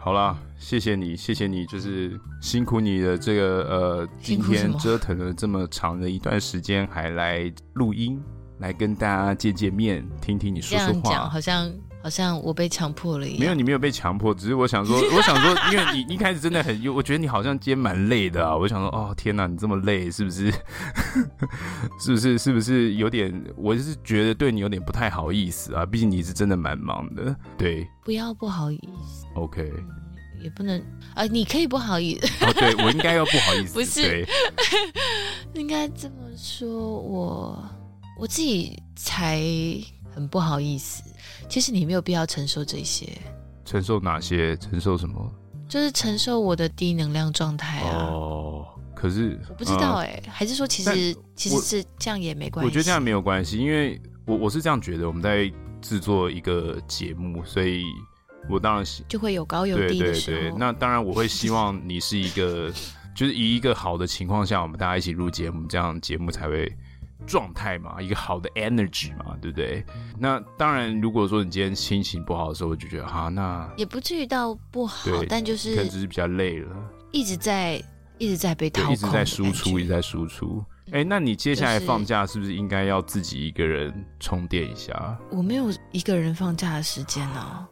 Speaker 2: 好啦，谢谢你，谢谢你，就是辛苦你的这个呃，今天折腾了这么长的一段时间，还来录音，来跟大家见见面，听听你说说话。这样
Speaker 1: 讲好像好像我被强迫了一样。
Speaker 2: 没有，你没有被强迫，只是我想说，我想说，因为你一开始真的很，我觉得你好像今天蛮累的啊。我想说，哦天哪，你这么累，是不是？是不是？是不是有点？我是觉得对你有点不太好意思啊，毕竟你是真的蛮忙的。对，
Speaker 1: 不要不好意思。
Speaker 2: OK。
Speaker 1: 也不能啊，你可以不好意思。
Speaker 2: 哦，对，我应该要不好意思。
Speaker 1: 不是，应该这么说，我我自己才很不好意思。其实你没有必要承受这些。
Speaker 2: 承受哪些？承受什么？
Speaker 1: 就是承受我的低能量状态啊。
Speaker 2: 哦，可是
Speaker 1: 我不知道哎、欸呃，还是说其实其实是这样也没关系。
Speaker 2: 我觉得这样没有关系，因为我我是这样觉得，我们在制作一个节目，所以。我当然
Speaker 1: 就会有高有低的时候，
Speaker 2: 对对对，那当然我会希望你是一个，就是以一个好的情况下，我们大家一起录节目，这样节目才会状态嘛，一个好的 energy 嘛，对不对？那当然，如果说你今天心情不好的时候，我就觉得哈，那
Speaker 1: 也不至于到不好，但就是
Speaker 2: 可能只是比较累了，
Speaker 1: 一直在一直在被掏空，
Speaker 2: 一直在输出，一直在输出。哎、欸，那你接下来放假是不是应该要自己一个人充电一下？
Speaker 1: 我没有一个人放假的时间啊。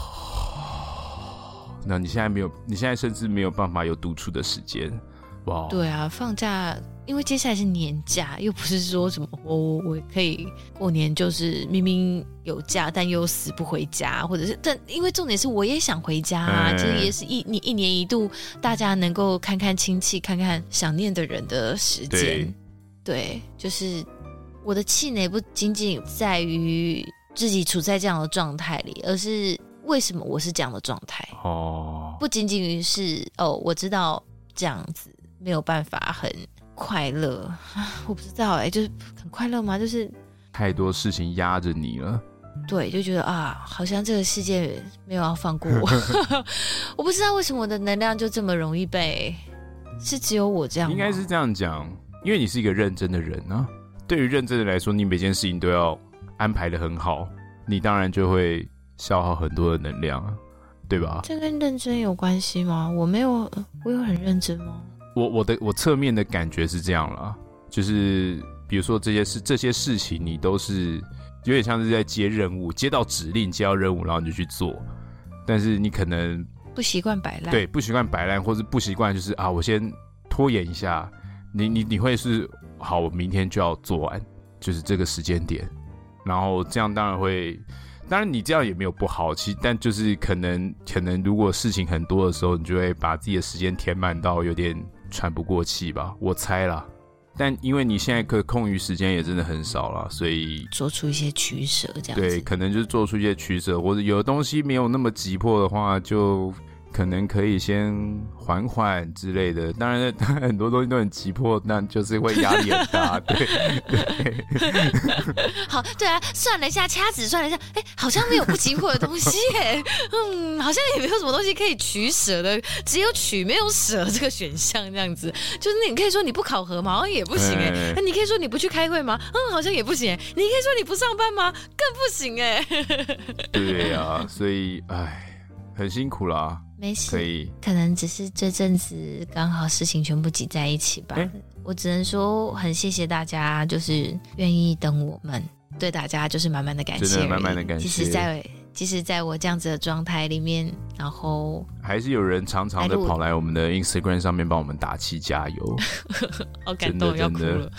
Speaker 2: 那你现在没有，你现在甚至没有办法有独处的时间，哇！
Speaker 1: 对啊，放假，因为接下来是年假，又不是说什么我我我可以过年就是明明有假，但又死不回家，或者是，但因为重点是我也想回家啊，其实、嗯、也是一你一年一度大家能够看看亲戚、看看想念的人的时间，对，对，就是我的气馁不仅仅在于自己处在这样的状态里，而是。为什么我是这样的状态？哦，不仅仅于是哦，我知道这样子没有办法很快乐，我不知道哎、欸，就是很快乐吗？就是
Speaker 2: 太多事情压着你了。
Speaker 1: 对，就觉得啊，好像这个世界没有要放过我。我不知道为什么我的能量就这么容易被，是只有我这样吗？
Speaker 2: 应该是这样讲，因为你是一个认真的人啊。对于认真的来说，你每件事情都要安排得很好，你当然就会。消耗很多的能量，对吧？
Speaker 1: 这跟认真有关系吗？我没有，我有很认真吗？
Speaker 2: 我我的我侧面的感觉是这样啦，就是比如说这些事这些事情，你都是有点像是在接任务，接到指令，接到任务，然后你就去做。但是你可能
Speaker 1: 不习惯摆烂，
Speaker 2: 对，不习惯摆烂，或是不习惯就是啊，我先拖延一下。你你你会是好，我明天就要做完，就是这个时间点，然后这样当然会。当然你这样也没有不好，其实但就是可能可能如果事情很多的时候，你就会把自己的时间填满到有点喘不过气吧，我猜啦。但因为你现在可空余时间也真的很少啦，所以
Speaker 1: 做出一些取舍这样子。
Speaker 2: 对，可能就是做出一些取舍，或者有的东西没有那么急迫的话，就可能可以先缓缓之类的。当然，当然很多东西都很急迫，那就是会压力很大。对对。
Speaker 1: 好，对啊，算了一下，掐指算了一下，哎，好像没有不急迫的东西耶。嗯，好像也没有什么东西可以取舍的，只有取没有舍这个选项，这样子。就是你可以说你不考核吗？好像也不行哎。那你可以说你不去开会吗？嗯，好像也不行。你可以说你不上班吗？更不行哎。
Speaker 2: 对啊，所以哎，很辛苦啦。
Speaker 1: 没事，
Speaker 2: 可以，
Speaker 1: 可能只是这阵子刚好事情全部挤在一起吧。欸、我只能说很谢谢大家，就是愿意等我们，对大家就是满满的感谢，
Speaker 2: 真的满满的感谢。
Speaker 1: 即使在即使在我这样子的状态里面，然后
Speaker 2: 还是有人常常的跑来我们的 Instagram 上面帮我们打气加油，
Speaker 1: 好感动，要哭了。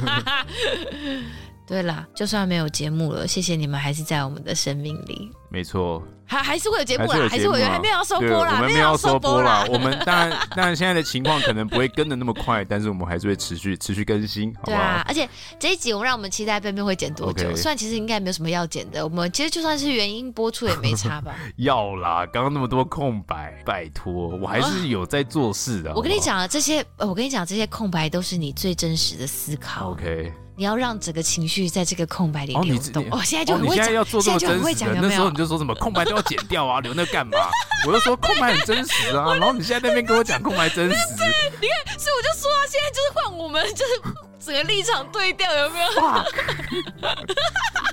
Speaker 1: 对啦，就算没有节目了，谢谢你们还是在我们的生命里。
Speaker 2: 没错，
Speaker 1: 还还是会有节目啦，还是会有，还没有要收播啦，
Speaker 2: 我们没有要收播啦。我们当然当然现在的情况可能不会跟得那么快，但是我们还是会持续持续更新，好不好？对啊，
Speaker 1: 而且这一集我们让我们期待便便会剪多久？ Okay. 虽然其实应该没有什么要剪的，我们其实就算是原音播出也没差吧？
Speaker 2: 要啦，刚刚那么多空白，拜托，我还是有在做事的。好好
Speaker 1: 我跟你讲啊，这些我跟你讲，这些空白都是你最真实的思考。
Speaker 2: OK。
Speaker 1: 你要让整个情绪在这个空白里流动。哦，现在就很会讲，
Speaker 2: 哦、你现在要做这么真实的，
Speaker 1: 现在就很会讲，有没有？
Speaker 2: 那时候你就说什么空白都要剪掉啊，留那干嘛？我就说空白很真实啊，然后你现在在那边跟我讲空白真实，
Speaker 1: 对，你看，所以我就说啊，现在就是换我们，就是整个立场对调，有没有？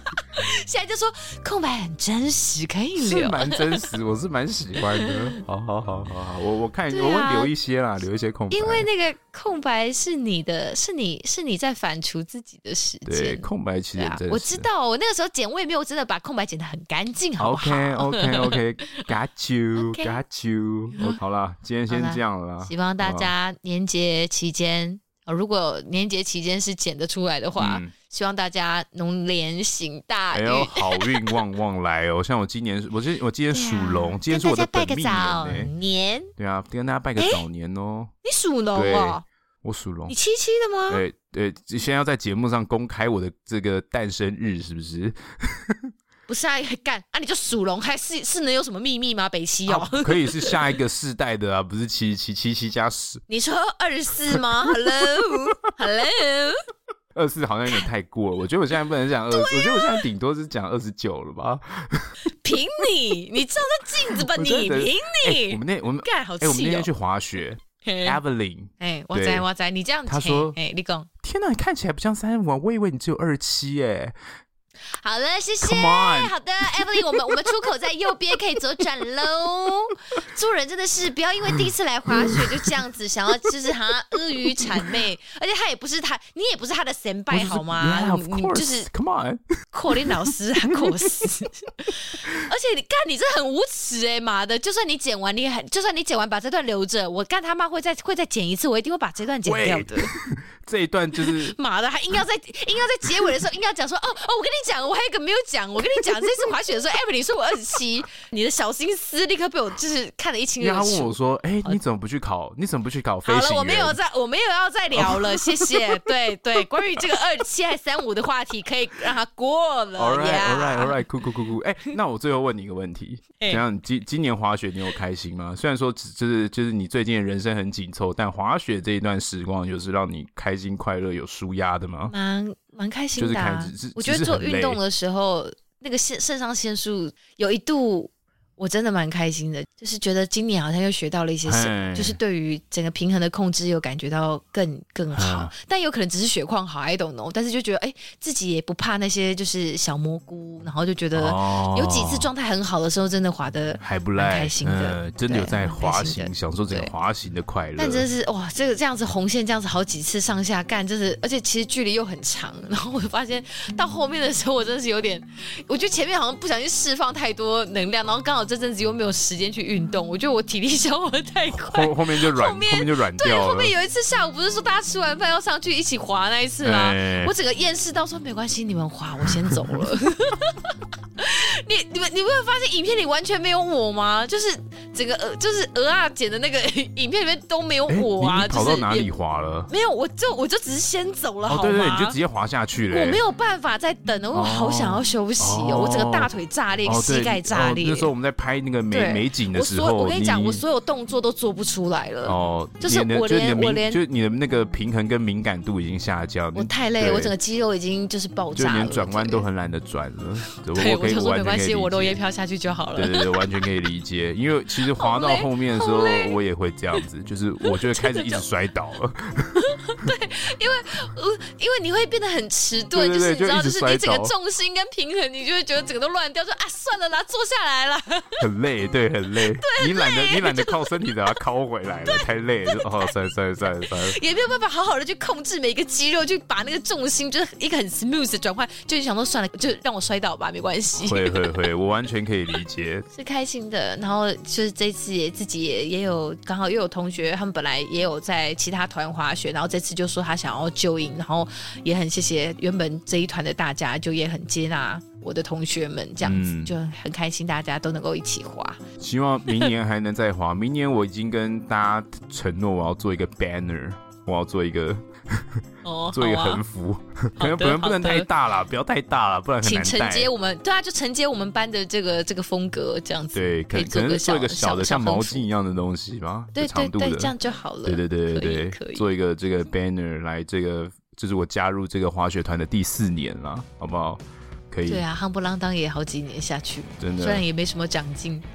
Speaker 1: 现在就说空白很真实，可以留，
Speaker 2: 是蛮真实，我是蛮喜欢的。好好好好好，我我看、啊、我会留一些啦，留一些空白，
Speaker 1: 因为那个空白是你的，是你是你在反刍自己的时间。
Speaker 2: 对，空白其实很真实、啊。
Speaker 1: 我知道，我那个时候剪，我也没有真的把空白剪得很干净，好不好
Speaker 2: ？OK OK OK，Got you Got you、嗯。好啦，今天先这样了啦。
Speaker 1: 希望大家年节期间。如果年节期间是剪得出来的话、嗯，希望大家龙年行大运，
Speaker 2: 哎呦，好运旺旺来哦！像我今年，我今我今天属龙、啊，今天是我的本命年、欸、
Speaker 1: 年。
Speaker 2: 对啊，跟大家拜个早年哦。
Speaker 1: 你属龙哦？
Speaker 2: 我属龙。
Speaker 1: 你七七的吗？
Speaker 2: 对对，现在要在节目上公开我的这个诞生日，是不是？
Speaker 1: 不是啊，干啊！你就属龙，还是是能有什么秘密吗？北七哦、
Speaker 2: 啊，可以是下一个世代的啊，不是七七七七加十。
Speaker 1: 你说二十四吗 ？Hello，Hello，
Speaker 2: 二十四好像有点太过了。我觉得我现在不能讲二十、啊，我觉得我现在顶多是讲二十九了吧。
Speaker 1: 凭你，你照照镜子吧，你凭你、
Speaker 2: 欸。我们那我们
Speaker 1: 干好气、
Speaker 2: 欸、
Speaker 1: 哦！
Speaker 2: 我们那天去滑雪 ，Evelyn，
Speaker 1: 哎，我在我在，你这样
Speaker 2: 他说，
Speaker 1: 哎，你讲，
Speaker 2: 天哪，你看起来不像三十五，我以为你只有二十七哎。
Speaker 1: 好了，谢谢。好的 ，Evelyn， 我们我们出口在右边，可以左转喽。做人真的是不要因为第一次来滑雪就这样子，想要就是哈阿谀谄媚，而且他也不是他，你也不是他的先辈好吗？
Speaker 2: Yeah,
Speaker 1: 你就是
Speaker 2: Come on，
Speaker 1: 扣林老师啊，扣死！而且你干，你这很无耻哎、欸，妈的！就算你剪完，你还就算你剪完把这段留着，我干他妈会再会再剪一次，我一定会把这段剪掉的。
Speaker 2: 这一段就是
Speaker 1: 妈的，还硬要在硬要在结尾的时候硬要讲说哦哦，我跟你讲，我还有一个没有讲，我跟你讲，这次滑雪的时候 ，Evelyn 说我二十七，你的小心思立刻被我就是看得一清二楚。
Speaker 2: 他问我说：“哎、欸，你怎么不去考？你怎么不去考飞行员？”
Speaker 1: 好了，我没有在，我没有要再聊了，谢谢。对对，关于这个二十七还三五的话题，可以让他过了。
Speaker 2: All right,
Speaker 1: yeah.
Speaker 2: all right, all right， 酷酷酷酷。哎，那我最后问你一个问题，怎样？今今年滑雪你有开心吗？虽然说就是就是你最近的人生很紧凑，但滑雪这一段时光，有是让你开心快乐有舒压的吗？
Speaker 1: 蛮蛮开心的、啊
Speaker 2: 就是。
Speaker 1: 我觉得做运动的时候，那个肾肾上腺素有一度。我真的蛮开心的，就是觉得今年好像又学到了一些什么，就是对于整个平衡的控制有感觉到更更好，但有可能只是血况好 I don't know， 但是就觉得哎、欸，自己也不怕那些就是小蘑菇，然后就觉得有几次状态很好的时候，真的滑得
Speaker 2: 还不赖，
Speaker 1: 开心的、
Speaker 2: 呃，真的有在滑行，享受这个滑行的快乐。
Speaker 1: 但真的是哇，这个这样子红线这样子好几次上下干，就是而且其实距离又很长，然后我发现到后面的时候，我真的是有点，我觉得前面好像不小心释放太多能量，然后刚好这阵子又没有时间去运动，我觉得我体力消耗的太快，
Speaker 2: 后后面就软，后面, 后面就软掉了。
Speaker 1: 对，后面有一次下午不是说大家吃完饭要上去一起滑那一次吗？
Speaker 2: 欸、
Speaker 1: 我整个厌世到说没关系，你们滑，我先走了。你你们你会发现影片里完全没有我吗？就是整个呃，就是鹅啊剪的那个影片里面都没有我啊。
Speaker 2: 欸、你跑到哪里滑了？
Speaker 1: 没有，我就我就只是先走了，好吗？
Speaker 2: 哦，对对，你就直接滑下去了、欸。
Speaker 1: 我没有办法再等了，因为我好想要休息哦，哦我整个大腿炸裂，
Speaker 2: 哦、
Speaker 1: 膝盖炸裂、
Speaker 2: 哦。那时候我们在拍那个美美景的时候，
Speaker 1: 我跟你讲，我所有动作都做不出来了。哦，就是我连我连
Speaker 2: 就你的那个平衡跟敏感度已经下降，
Speaker 1: 我太累了，我整个肌肉已经就是爆炸了，
Speaker 2: 就连转弯都很懒得转了。
Speaker 1: 对，我就说没关系，我落叶飘下去就好了。
Speaker 2: 对对对，完全可以理解。因为其实滑到后面的时候，我也会这样子，就是我就开始一直摔倒了。
Speaker 1: 对，因为呃，因为你会变得很迟钝，就是你知道，就是你整个重心跟平衡，你就会觉得整个都乱掉，说啊，算了啦，坐下来啦。
Speaker 2: 很累，对，很累。你懒得，你懒得靠身体把它靠回来了，太累了。哦，算了算了算了算了，
Speaker 1: 也没有办法好好的去控制每一个肌肉，就把那个重心就是一个很 smooth 的转换，就是想说算了，就让我摔倒吧，没关系。
Speaker 2: 会会会，我完全可以理解，
Speaker 1: 是开心的。然后就是这次也自己也也有刚好又有同学，他们本来也有在其他团滑雪，然后这次就说他想要救营，然后也很谢谢原本这一团的大家，就也很接纳我的同学们，这样子、嗯、就很开心，大家都能够一起滑。
Speaker 2: 希望明年还能再滑。明年我已经跟大家承诺，我要做一个 banner， 我要做一个。哦、做一个横幅、啊，可能可能不能太大啦，不要太大啦，不然很难带。
Speaker 1: 请承接我们，对啊，就承接我们班的这个这个风格，这样子。
Speaker 2: 对，可可能做一个小的像毛巾一样的东西吧，
Speaker 1: 对对
Speaker 2: 对，
Speaker 1: 这样就好了。
Speaker 2: 对对对对对，
Speaker 1: 可以
Speaker 2: 做一个这个 banner 来，这个就是我加入这个滑雪团的第四年了，好不好？可以。
Speaker 1: 对啊，夯不啷当也好几年下去，
Speaker 2: 真的，
Speaker 1: 虽然也没什么长进。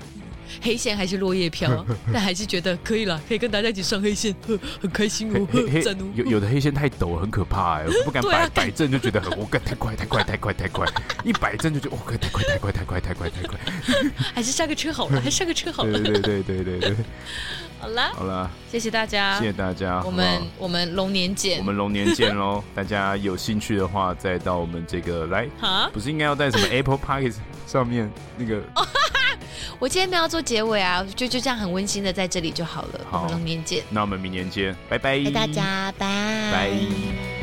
Speaker 3: 黑线还是落叶飘，但还是觉得可以啦，可以跟大家一起上黑线，很开心哦，赞哦。
Speaker 2: 有有的黑线太陡，很可怕哎，我不敢摆、啊、摆正就觉得很，我干太快太快太快太快，一摆正就觉得我干太快太快太快太快太快，
Speaker 3: 还是上个车好了，还是上个车好了。
Speaker 2: 对对对对对对。
Speaker 3: 好啦，
Speaker 2: 好啦，
Speaker 3: 谢谢大家，
Speaker 2: 谢谢大家，
Speaker 3: 我们我们龙年见，
Speaker 2: 我们龙年见喽！大家有兴趣的话，再到我们这个来，不是应该要在什么 Apple Podcast 上面那个？
Speaker 3: 我今天没有做结尾啊，就就这样很温馨的在这里就好了。好，我们龙年见，
Speaker 2: 那我们明年见，拜拜，
Speaker 3: 大家拜
Speaker 2: 拜。